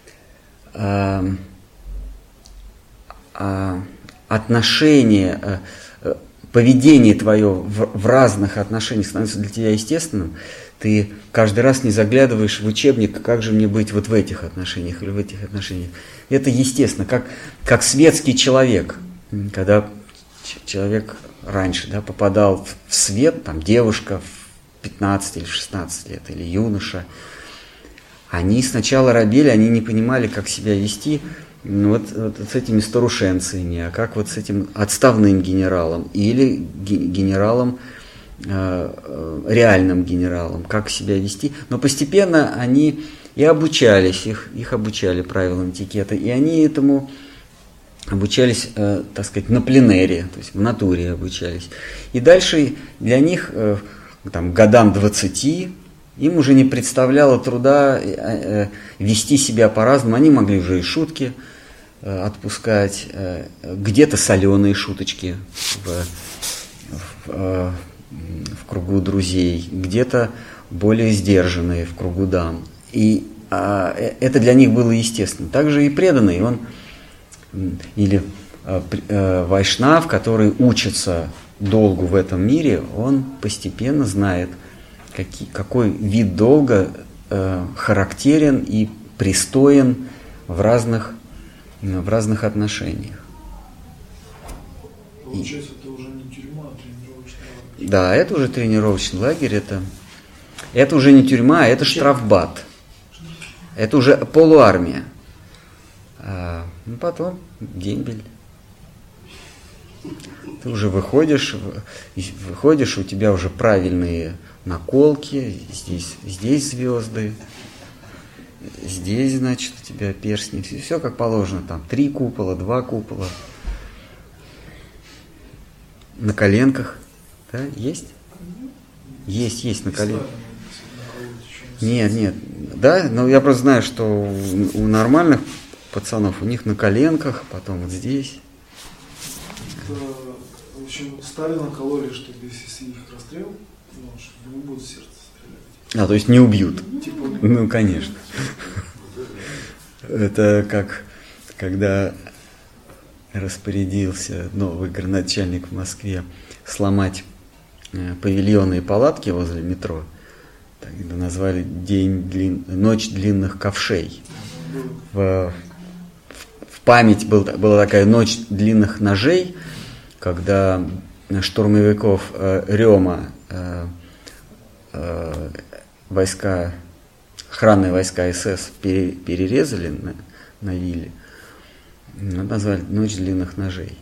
отношения, поведение твое в разных отношениях становится для тебя естественным, ты каждый раз не заглядываешь в учебник, как же мне быть вот в этих отношениях или в этих отношениях. Это естественно, как светский человек. Когда человек раньше попадал в свет, там девушка в 15 или 16 лет, или юноша, они сначала робели, они не понимали, как себя вести вот с этими старушенцами, а как вот с этим отставным генералом или генералом, реальным генералом, как себя вести. Но постепенно они и обучались, их обучали правилам этикета, и они этому обучались, так сказать, на пленэре, то есть в натуре обучались. И дальше для них, там, годам 20, им уже не представляло труда вести себя по-разному. Они могли уже и шутки отпускать, где-то соленые шуточки в кругу друзей, где-то более сдержанные в кругу дам. И это для них было естественно. Также и преданный, он или вайшнав, который учится долгу в этом мире, он постепенно знает, какой вид долга характерен и пристоен в разных отношениях. Получается, это уже не тюрьма, а тренировочный лагерь. Да, это уже тренировочный лагерь, это уже не тюрьма, это штрафбат. Это уже полуармия. Потом дембель. Ты уже выходишь, у тебя уже правильные наколки, здесь звезды, здесь, значит, у тебя перстни, все как положено, там 3 купола, 2 купола. На коленках, да, есть? Есть на коленках. Нет, да, но я просто знаю, что у нормальных пацанов, у них на коленках, потом вот здесь. В общем, Сталина кололи, чтобы если их расстрел, чтобы не будут в сердце стрелять. То есть не убьют. Типа... Ну, конечно. Это как, когда распорядился новый градоначальник в Москве сломать павильоны и палатки возле метро. Тогда назвали «Ночь длинных ковшей». В память была такая «Ночь длинных ножей», когда штурмовиков Рёма охранные войска СС перерезали на Вилле. Назвали «Ночь длинных ножей».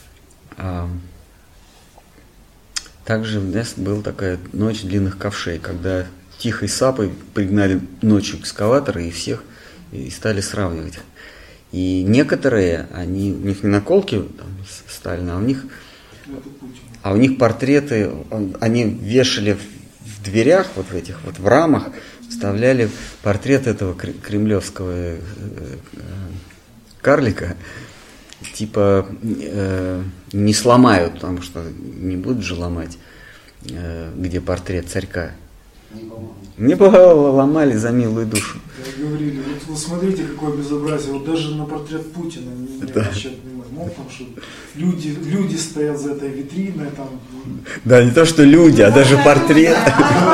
Также у нас была такая «Ночь длинных ковшей», когда тихой сапой пригнали ночью экскаваторы и всех и стали сравнивать. И некоторые, у них не наколки там, Сталина, а у них портреты, они вешали в дверях, вот в этих вот в рамах, вставляли портрет этого кремлевского карлика, типа не сломают, потому что не будут же ломать, где портрет царька. Не ломали за милую душу. Говорили, вот смотрите, какое безобразие, вот даже на портрет Путина не обращают внимания. Ну, потому что люди стоят за этой витриной, там. Да, не то, что люди, а даже портрет.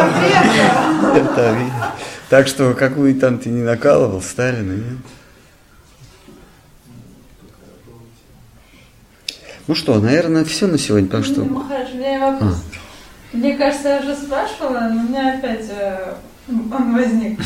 Так что, какую там ты не накалывал, Сталина, нет? Ну что, наверное, все на сегодня, потому что... Махарадж, у меня вопрос. Мне кажется, я уже спрашивала, но у меня опять он возник.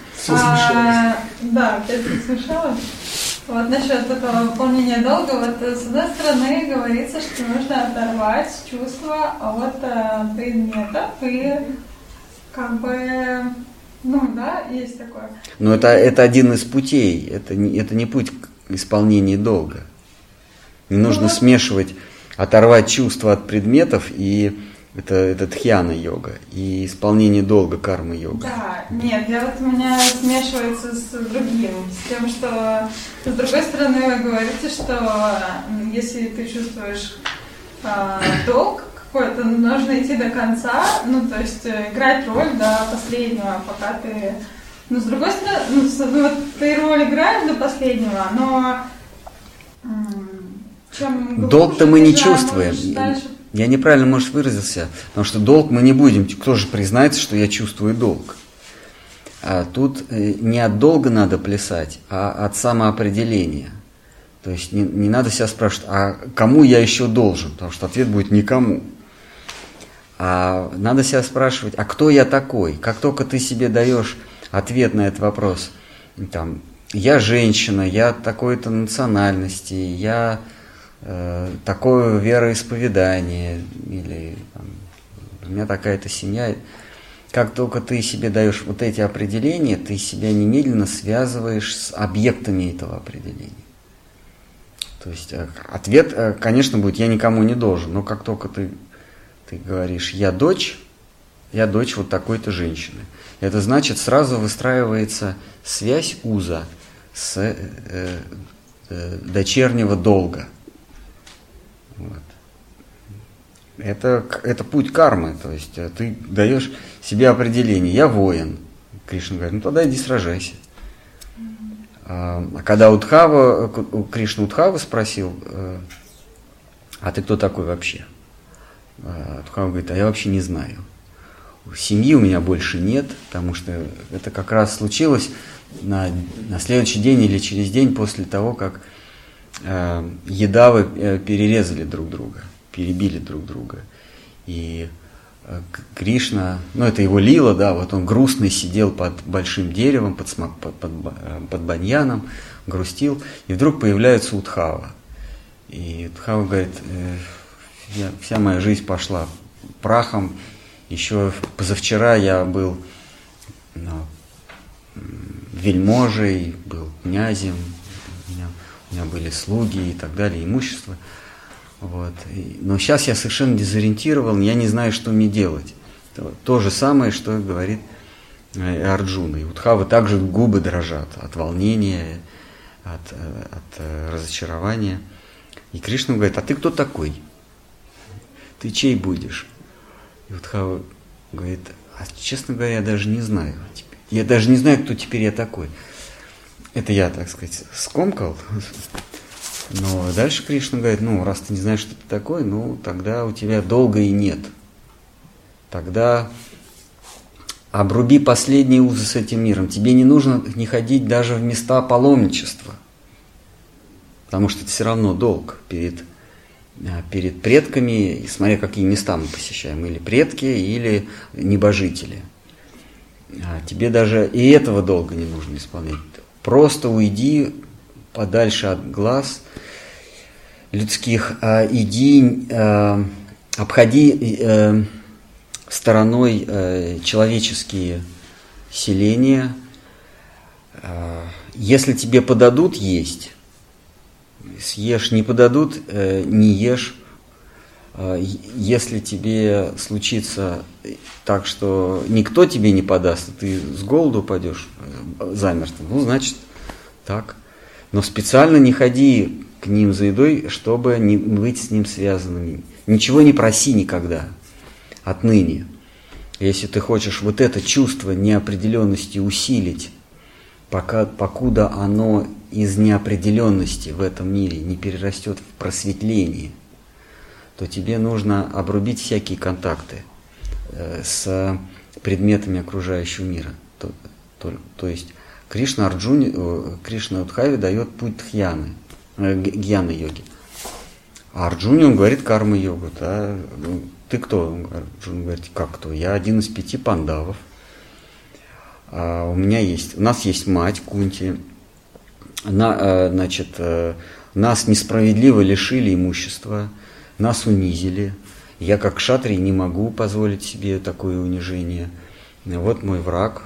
Да, опять смешалось. Вот насчет этого выполнения долга, вот с одной стороны говорится, что нужно оторвать чувства от предметов и как бы, ну да, есть такое. Но это один из путей, это не путь к исполнению долга. Не нужно смешивать, оторвать чувства от предметов, и это дхьяна-йога, и исполнение долга карма-йога. Да, нет, у меня смешивается с другим, с тем, что с другой стороны вы говорите, что если ты чувствуешь долг какой-то, нужно идти до конца, ну то есть играть роль до последнего, пока ты... Но с другой стороны, вот ты роль играешь до последнего, но долг-то мы не чувствуем. Я неправильно, может, выразился, потому что долг мы не будем. Кто же признается, что я чувствую долг? А тут не от долга надо плясать, а от самоопределения. То есть не надо себя спрашивать, а кому я еще должен? Потому что ответ будет никому. А надо себя спрашивать, а кто я такой? Как только ты себе даешь ответ на этот вопрос, там, я женщина, я такой-то национальности, я такое вероисповедание, или там, у меня такая-то семья. Как только ты себе даешь вот эти определения, ты себя немедленно связываешь с объектами этого определения. То есть ответ, конечно, будет «я никому не должен», но как только ты говоришь «я дочь вот такой-то женщины», это значит, сразу выстраивается связь уза с дочернего долга. Вот. Это путь кармы, то есть ты даешь себе определение, я воин. Кришна говорит, ну тогда иди сражайся. А когда Кришна Удхава спросил, а ты кто такой вообще? Удхава говорит, а я вообще не знаю. Семьи у меня больше нет, потому что это как раз случилось на следующий день или через день после того, как Ядавы перерезали друг друга, перебили друг друга. И Кришна, это его лила, да, вот он грустный сидел под большим деревом, под баньяном, грустил, и вдруг появляется Удхава. И Удхава говорит, вся моя жизнь пошла прахом, еще позавчера я был вельможей, был князем, у меня были слуги и так далее, имущество. Вот. Но сейчас я совершенно дезориентирован, я не знаю, что мне делать. То же самое, что говорит Арджуна. И Удхавы также губы дрожат от волнения, от разочарования. И Кришна говорит, а ты кто такой? Ты чей будешь? И Удхава говорит, честно говоря, я даже не знаю. Я даже не знаю, кто теперь я такой. Это я, так сказать, скомкал. Но дальше Кришна говорит, раз ты не знаешь, что ты такой, тогда у тебя долга и нет. Тогда обруби последние узы с этим миром. Тебе не нужно не ходить даже в места паломничества. Потому что это все равно долг перед предками, и смотря какие места мы посещаем, или предки, или небожители. Тебе даже и этого долга не нужно исполнять. Просто уйди подальше от глаз людских, обходи стороной человеческие селения. Если тебе подадут есть, съешь, не подадут, не ешь. Если тебе случится так, что никто тебе не подаст, ты с голоду упадешь замертво, значит так. Но специально не ходи к ним за едой, чтобы не быть с ним связанным. Ничего не проси никогда, отныне. Если ты хочешь вот это чувство неопределенности усилить, покуда оно из неопределенности в этом мире не перерастет в просветление, то тебе нужно обрубить всякие контакты с предметами окружающего мира. То есть Кришна Удхаве дает путь гьяны-йоги. А Арджуне он говорит карма-йогу. Да? Ты кто? Арджуна говорит, как кто? Я один из 5 пандавов. У нас есть мать Кунти. Нас несправедливо лишили имущества, нас унизили. Я как кшатрий не могу позволить себе такое унижение. Вот мой враг.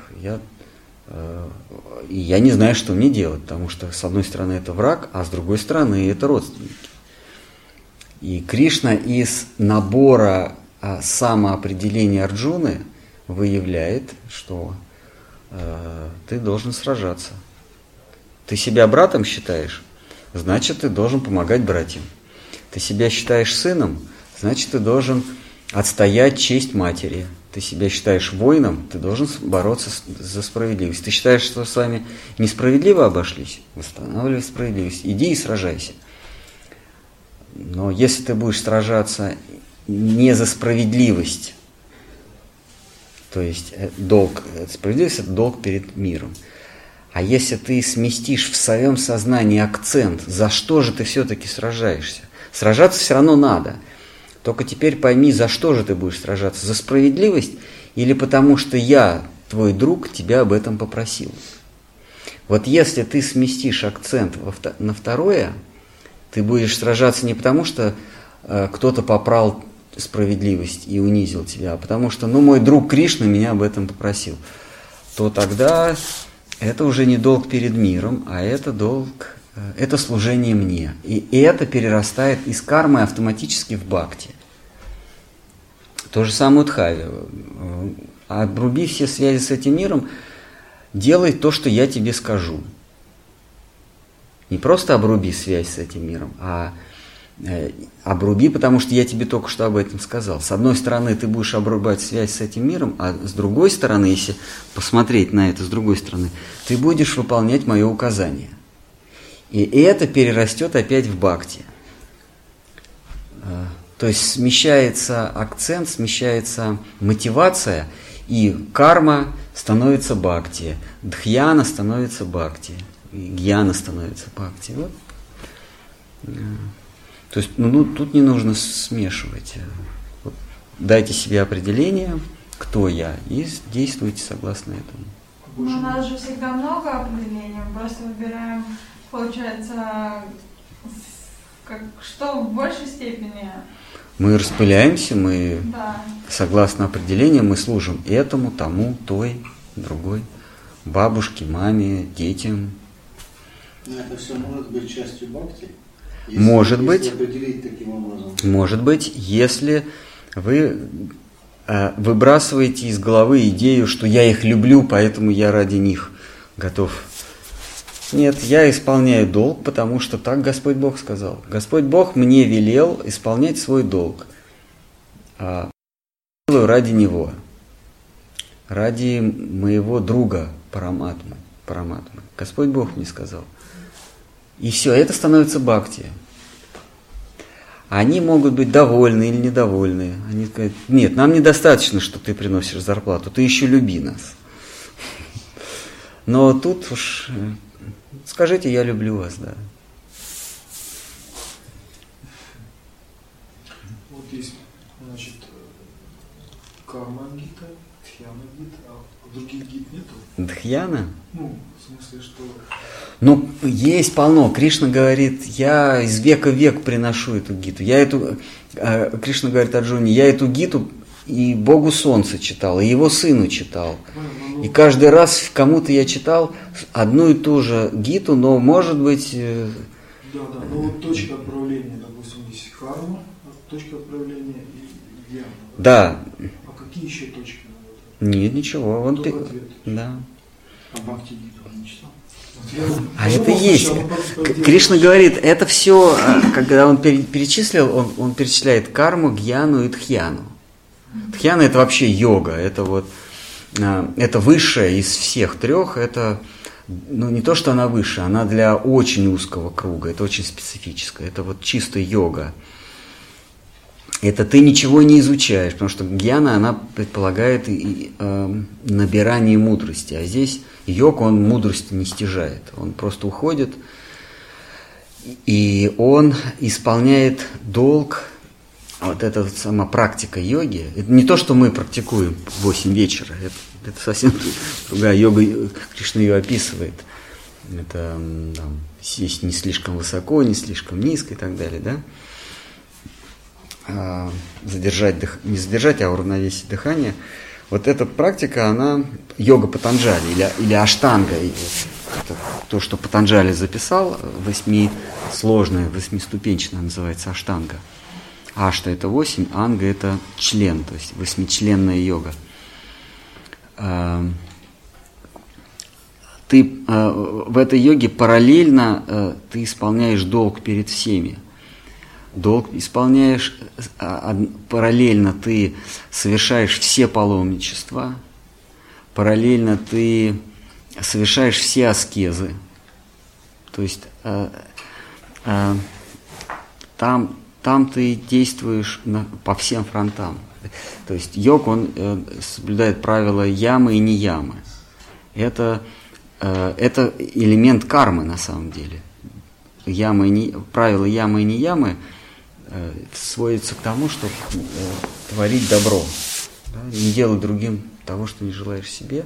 И я не знаю, что мне делать, потому что с одной стороны это враг, а с другой стороны это родственники. И Кришна из набора самоопределения Арджуны выявляет, что ты должен сражаться. Ты себя братом считаешь, значит, ты должен помогать братьям. Ты себя считаешь сыном, значит, ты должен отстоять честь матери. Ты себя считаешь воином, ты должен бороться за справедливость. Ты считаешь, что с вами несправедливо обошлись? Восстанавливай справедливость. Иди и сражайся. Но если ты будешь сражаться не за справедливость, то есть справедливость – это долг перед миром. А если ты сместишь в своем сознании акцент, за что же ты все-таки сражаешься? Сражаться все равно надо. Только теперь пойми, за что же ты будешь сражаться? За справедливость или потому что я, твой друг, тебя об этом попросил? Вот если ты сместишь акцент на второе, ты будешь сражаться не потому, что кто-то попрал справедливость и унизил тебя, а потому что, мой друг Кришна меня об этом попросил, то тогда это уже не долг перед миром, а это долг, это служение мне. И это перерастает из кармы автоматически в бхакти. То же самое Удхави. Обруби все связи с этим миром, делай то, что я тебе скажу. Не просто обруби связь с этим миром, а обруби, потому что я тебе только что об этом сказал. С одной стороны, ты будешь обрубать связь с этим миром, а с другой стороны, если посмотреть на это с другой стороны, ты будешь выполнять мое указание. И это перерастет опять в бхакти. То есть смещается акцент, смещается мотивация, и карма становится бхакти, дхьяна становится бхакти, гьяна становится бхакти. Вот. То есть тут не нужно смешивать. Вот. Дайте себе определение, кто я, и действуйте согласно этому. У нас же всегда много определений, мы просто выбираем, получается, что в большей степени. Мы распыляемся, мы согласно определению мы служим этому, тому, той, другой, бабушке, маме, детям. Но это все может быть частью бхакти? Может быть, определить таким образом. Может быть, если вы выбрасываете из головы идею, что я их люблю, поэтому я ради них готов. Нет, я исполняю долг, потому что так Господь Бог сказал. Господь Бог мне велел исполнять свой долг. Делаю ради Него, ради моего друга Параматмы. Господь Бог мне сказал. И все, это становится бхакти. Они могут быть довольны или недовольны. Они говорят, нет, нам недостаточно, что ты приносишь зарплату, ты еще люби нас. Но тут уж скажите, я люблю вас, да. Вот есть, значит, карма-гита, дхьяна-гита, а других гит нету? Дхьяна? В смысле, что... Есть полно. Кришна говорит, я из века в век приношу эту гиту. Кришна говорит Арджуне, я эту гиту и Богу Солнца читал, и его сыну читал. И каждый раз кому-то я читал одну и ту же гиту, но может быть... Да, вот точка отправления, допустим, есть карма, точка отправления и гьяна. Да. А какие еще точки? Нет, ничего. Вон ты... ответ. Да. А бхакти гиту не читал? А это есть. Кришна говорит, это все, когда он перечислил, он перечисляет карму, гьяну и дхьяну. Дхьяна это вообще йога, это высшая из всех трех, это не то, что она высшая, она для очень узкого круга, это очень специфическая, это вот чисто йога. Это ты ничего не изучаешь, потому что гьяна, она предполагает набирание мудрости, а здесь йог, он мудрости не стяжает, он просто уходит И он исполняет долг, вот эта вот сама практика йоги. Это не то, что мы практикуем в 8 вечера, это совсем другая йога, Кришна ее описывает. Это там, сесть не слишком высоко, не слишком низко и так далее, да? Задержать не задержать, а уравновесить дыхание. Вот эта практика, она йога Патанджали или аштанга. Это то, что Патанджали записал, восьмиступенчатая называется аштанга. Ашта — это 8, анга — это член, то есть 8-членная йога. Ты в этой йоге параллельно ты исполняешь долг перед всеми. Долг исполняешь, параллельно ты совершаешь все паломничества, параллельно ты совершаешь все аскезы. То есть там ты действуешь по всем фронтам. То есть йог, он соблюдает правила ямы и не ямы. Это элемент кармы на самом деле. Правила ямы и не ямы сводятся к тому, чтобы творить добро. Да? Не делать другим того, что не желаешь себе.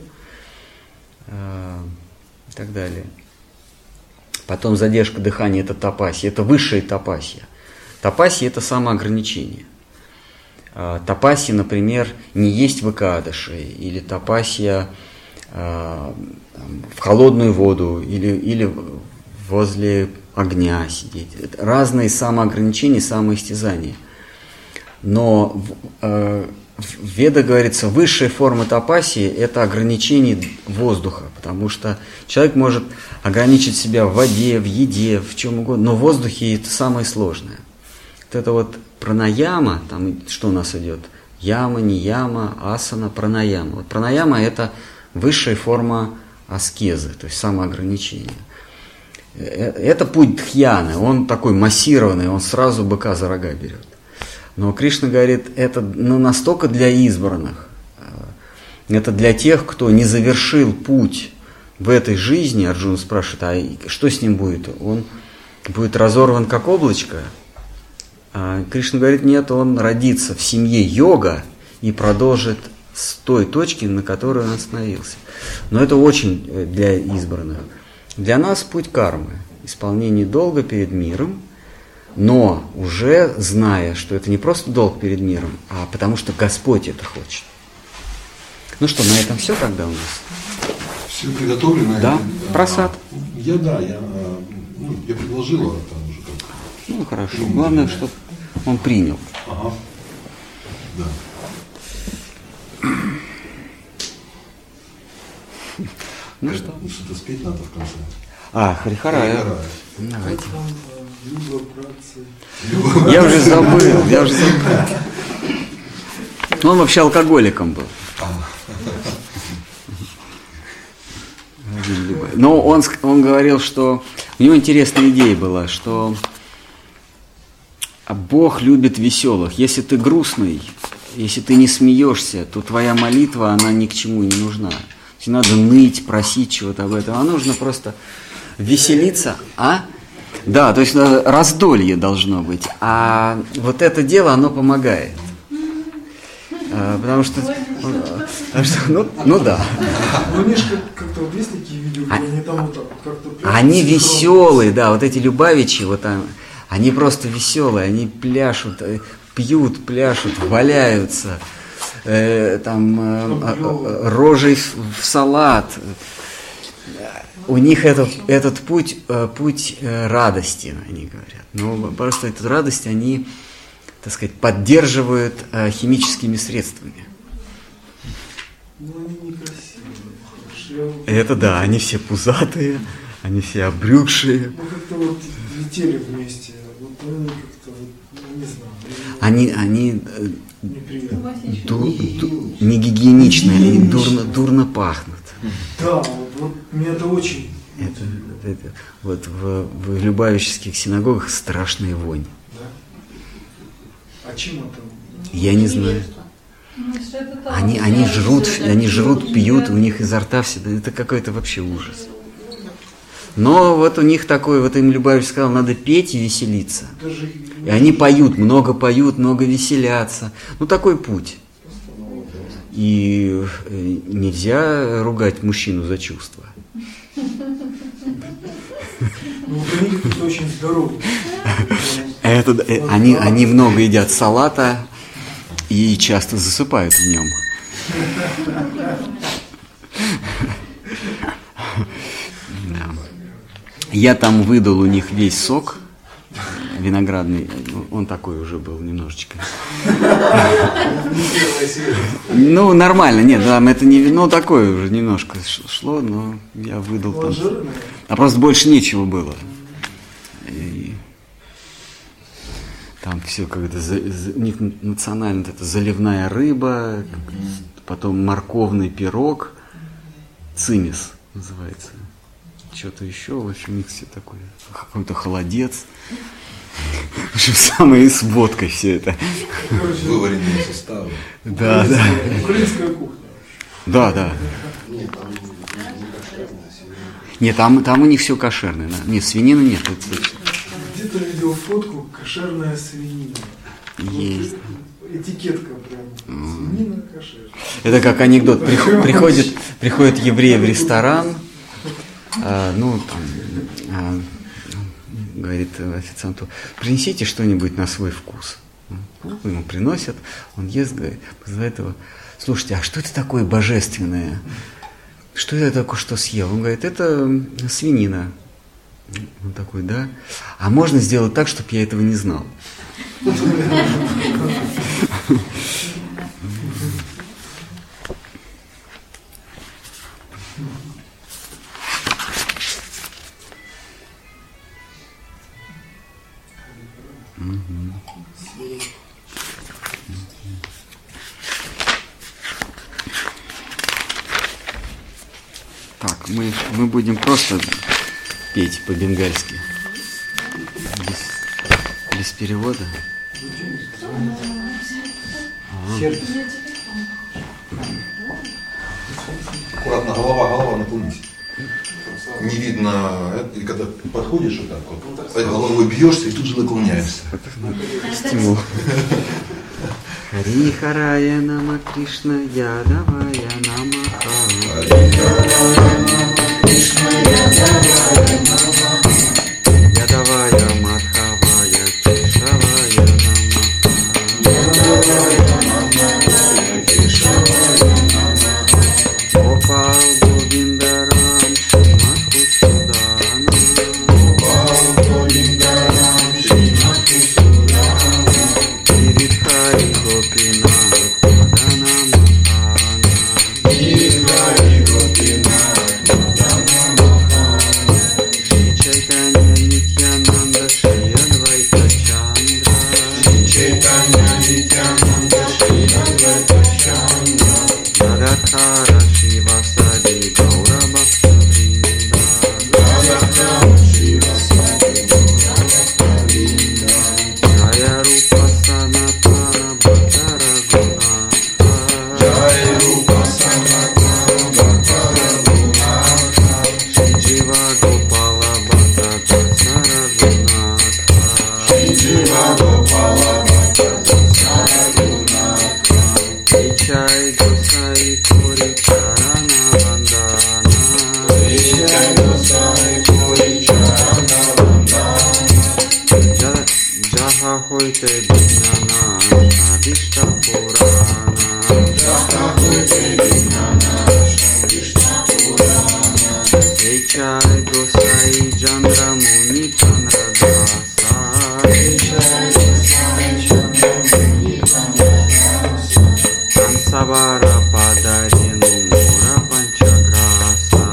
И так далее. Потом задержка дыхания – это тапасия, это высшая тапасия. Тапасия – это самоограничение. Тапасия, например, не есть в экадаши, или тапасия в холодную воду, или возле огня сидеть. Это разные самоограничения, самоистязания. Но в Ведах говорится, высшая форма тапасии – это ограничение воздуха, потому что человек может ограничить себя в воде, в еде, в чем угодно, но в воздухе это самое сложное. Вот это вот пранаяма, там что у нас идет? Яма, нияма, асана, пранаяма. Вот пранаяма – это высшая форма аскезы, то есть самоограничения. Это путь дхьяны, он такой массированный, он сразу быка за рога берет. Но Кришна говорит, это настолько для избранных, это для тех, кто не завершил путь в этой жизни. Арджуна спрашивает, а что с ним будет? Он будет разорван как облачко? А Кришна говорит, нет, он родится в семье йога и продолжит с той точки, на которой он остановился. Но это очень для избранных. Для нас путь кармы, исполнение долга перед миром, но уже зная, что это не просто долг перед миром, а потому что Господь это хочет. Ну что, на этом все тогда у нас? Все приготовлено? Да, просад. Я предложила там уже как. Ну хорошо, главное, чтобы он принял. Ага. Да. Ну что? Что-то спеть надо в конце. Харихарая. Давайте. Люба, братцы. Я уже забыл. Он вообще алкоголиком был. Но он говорил, что у него интересная идея была, что Бог любит веселых. Если ты грустный, если ты не смеешься, то твоя молитва, она ни к чему не нужна. Не надо ныть, просить чего-то об этом, а нужно просто веселиться, Да, то есть раздолье должно быть. А вот это дело, оно помогает. Потому что ну да. Ну, они же как-то вот есть такие видео, где они там вот как-то... Они веселые, да, вот эти любавичи, вот там, они просто веселые, они пляшут, пьют, пляшут, валяются, рожей в салат. У них этот путь радости, они говорят. Но просто эту радость они, так сказать, поддерживают химическими средствами. Ну, они некрасивые. Это да, они все пузатые, они все обрюкшие. Мы как-то вот летели вместе, вот они как-то, вот, не знаю. Они неприятно. не гигиеничные, они дурно пахнут. Да, вот мне это очень... Вот в любавических синагогах страшная вонь. Да? А чем это? Я не знаю. Они жрут, пьют, у них изо рта все. Это какой-то вообще ужас. Но вот у них такой, вот им Любавич сказал, надо петь и веселиться. И они поют, много веселятся. Ну, такой путь. И нельзя ругать мужчину за чувства. Ну, вот у них это очень здорово. Они много едят салата и часто засыпают в нем. Да. Я там выдал у них весь сок виноградный, он такой уже был немножечко. Ну, нормально, нет, там это не вино, такое уже немножко шло, но я выдал там. А просто больше нечего было. И там все как-то, у них национально это заливная рыба, потом морковный пирог, цимис называется. Что-то еще, в общем, у них все такое, какой-то холодец. В общем, самое с водкой все это. Вываренные составы. Да, да. Украинская кухня. Да. Нет, там у них все кошерное. Да. Нет, свинины нет. Где-то видел фотку кошерная свинина. Есть. Этикетка прям. Свинина кошерная. Это как анекдот. Приходит еврей в ресторан, говорит официанту, принесите что-нибудь на свой вкус. Ему приносят, он ест, говорит, позывает его, слушайте, а что это такое божественное? Что это такое, что съел? Он говорит, это свинина. Он такой, да? А можно сделать так, чтобы я этого не знал? Так, мы будем просто петь по-бенгальски. Без перевода. Аккуратно, голова наклонись. Не видно, и когда подходишь вот так вот, головой бьешься и тут же наклоняешься. Стимул. Хари Харая Нама Кришна Ядавая Намаха. Ядавая Мадхавая Кешавая Намаха. Гопал Говиндарам Шримадхусудана. Гиридхари Гопинат Мадана Махана. Шри Чайтанья Нитьянанда Шри Адвайта Чандра. Радхара Шивасади Гаура Бхактавринда. Jaya Rupa Sanatana Bhakta Raghunatha. Shri Jiva Gopala Bhakta Datsa Raghunatha. Jai Gosai Puri Charana Vandana. Jaha Hoite Vijnana Adishta Purana. Jai Gosai Jandra Muni Chandra Dasa. Kansavara Padarinu Mura Panchagrasa.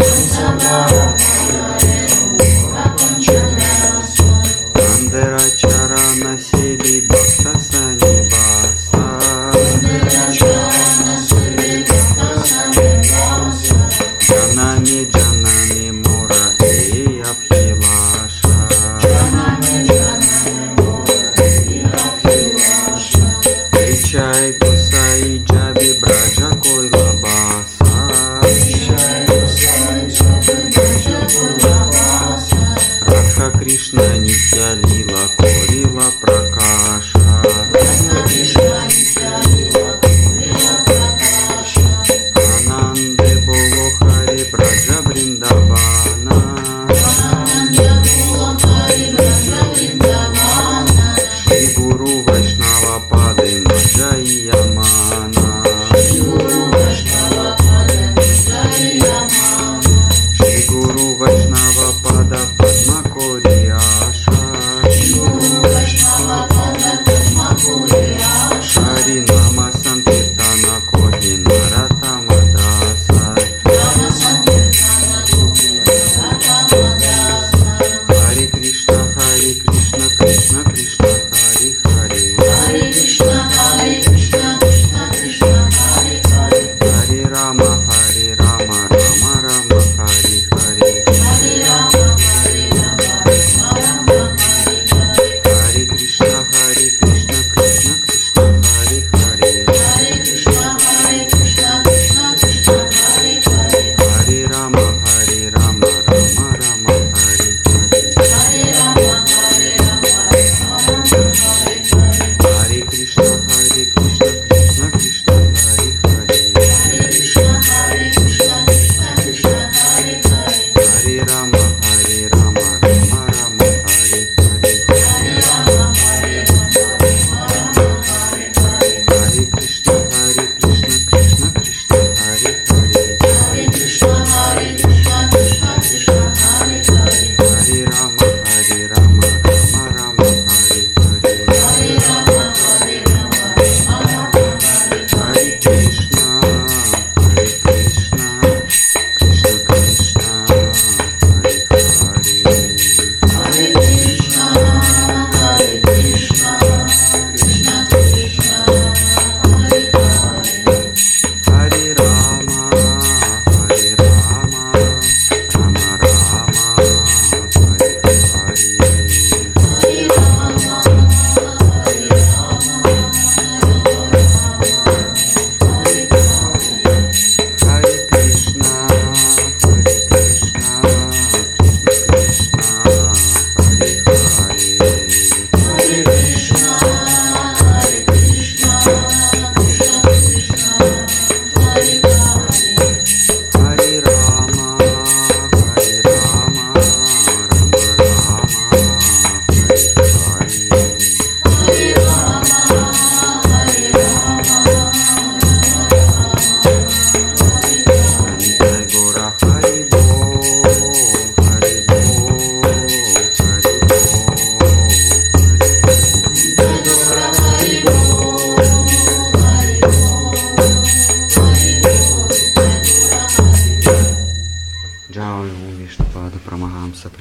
Kandera Charana Sili Bhakta Sanibasa. Janani Mura Ei Abhilasha. Jai Gosai Jabi Braja Koila Basa.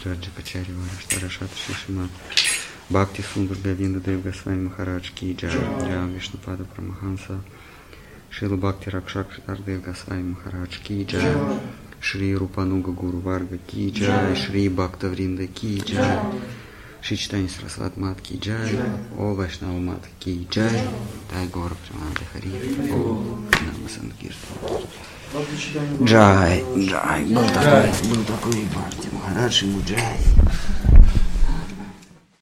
Джаджи Пачари Вараштара Шата Шишима Бхакти Сундр Говинда Дев Госвами Махарадж Ки Джай, Джай Вишнупада Прамаханса, Шила Бхакти Ракшак Ардев Госвами Махарадж Ки Джай, Шри Рупануга Гуру Варга Ки Джай, Шри Бхакта Вринда Ки Джай, Шри Читани Сарасват Мат Ки Джай, О Вайшнава Мат Ки Джай, Тай Гора Праманта Хари, О Нама Санкиртан. Джай, был такой Бхакти Махарадж, ему Джай.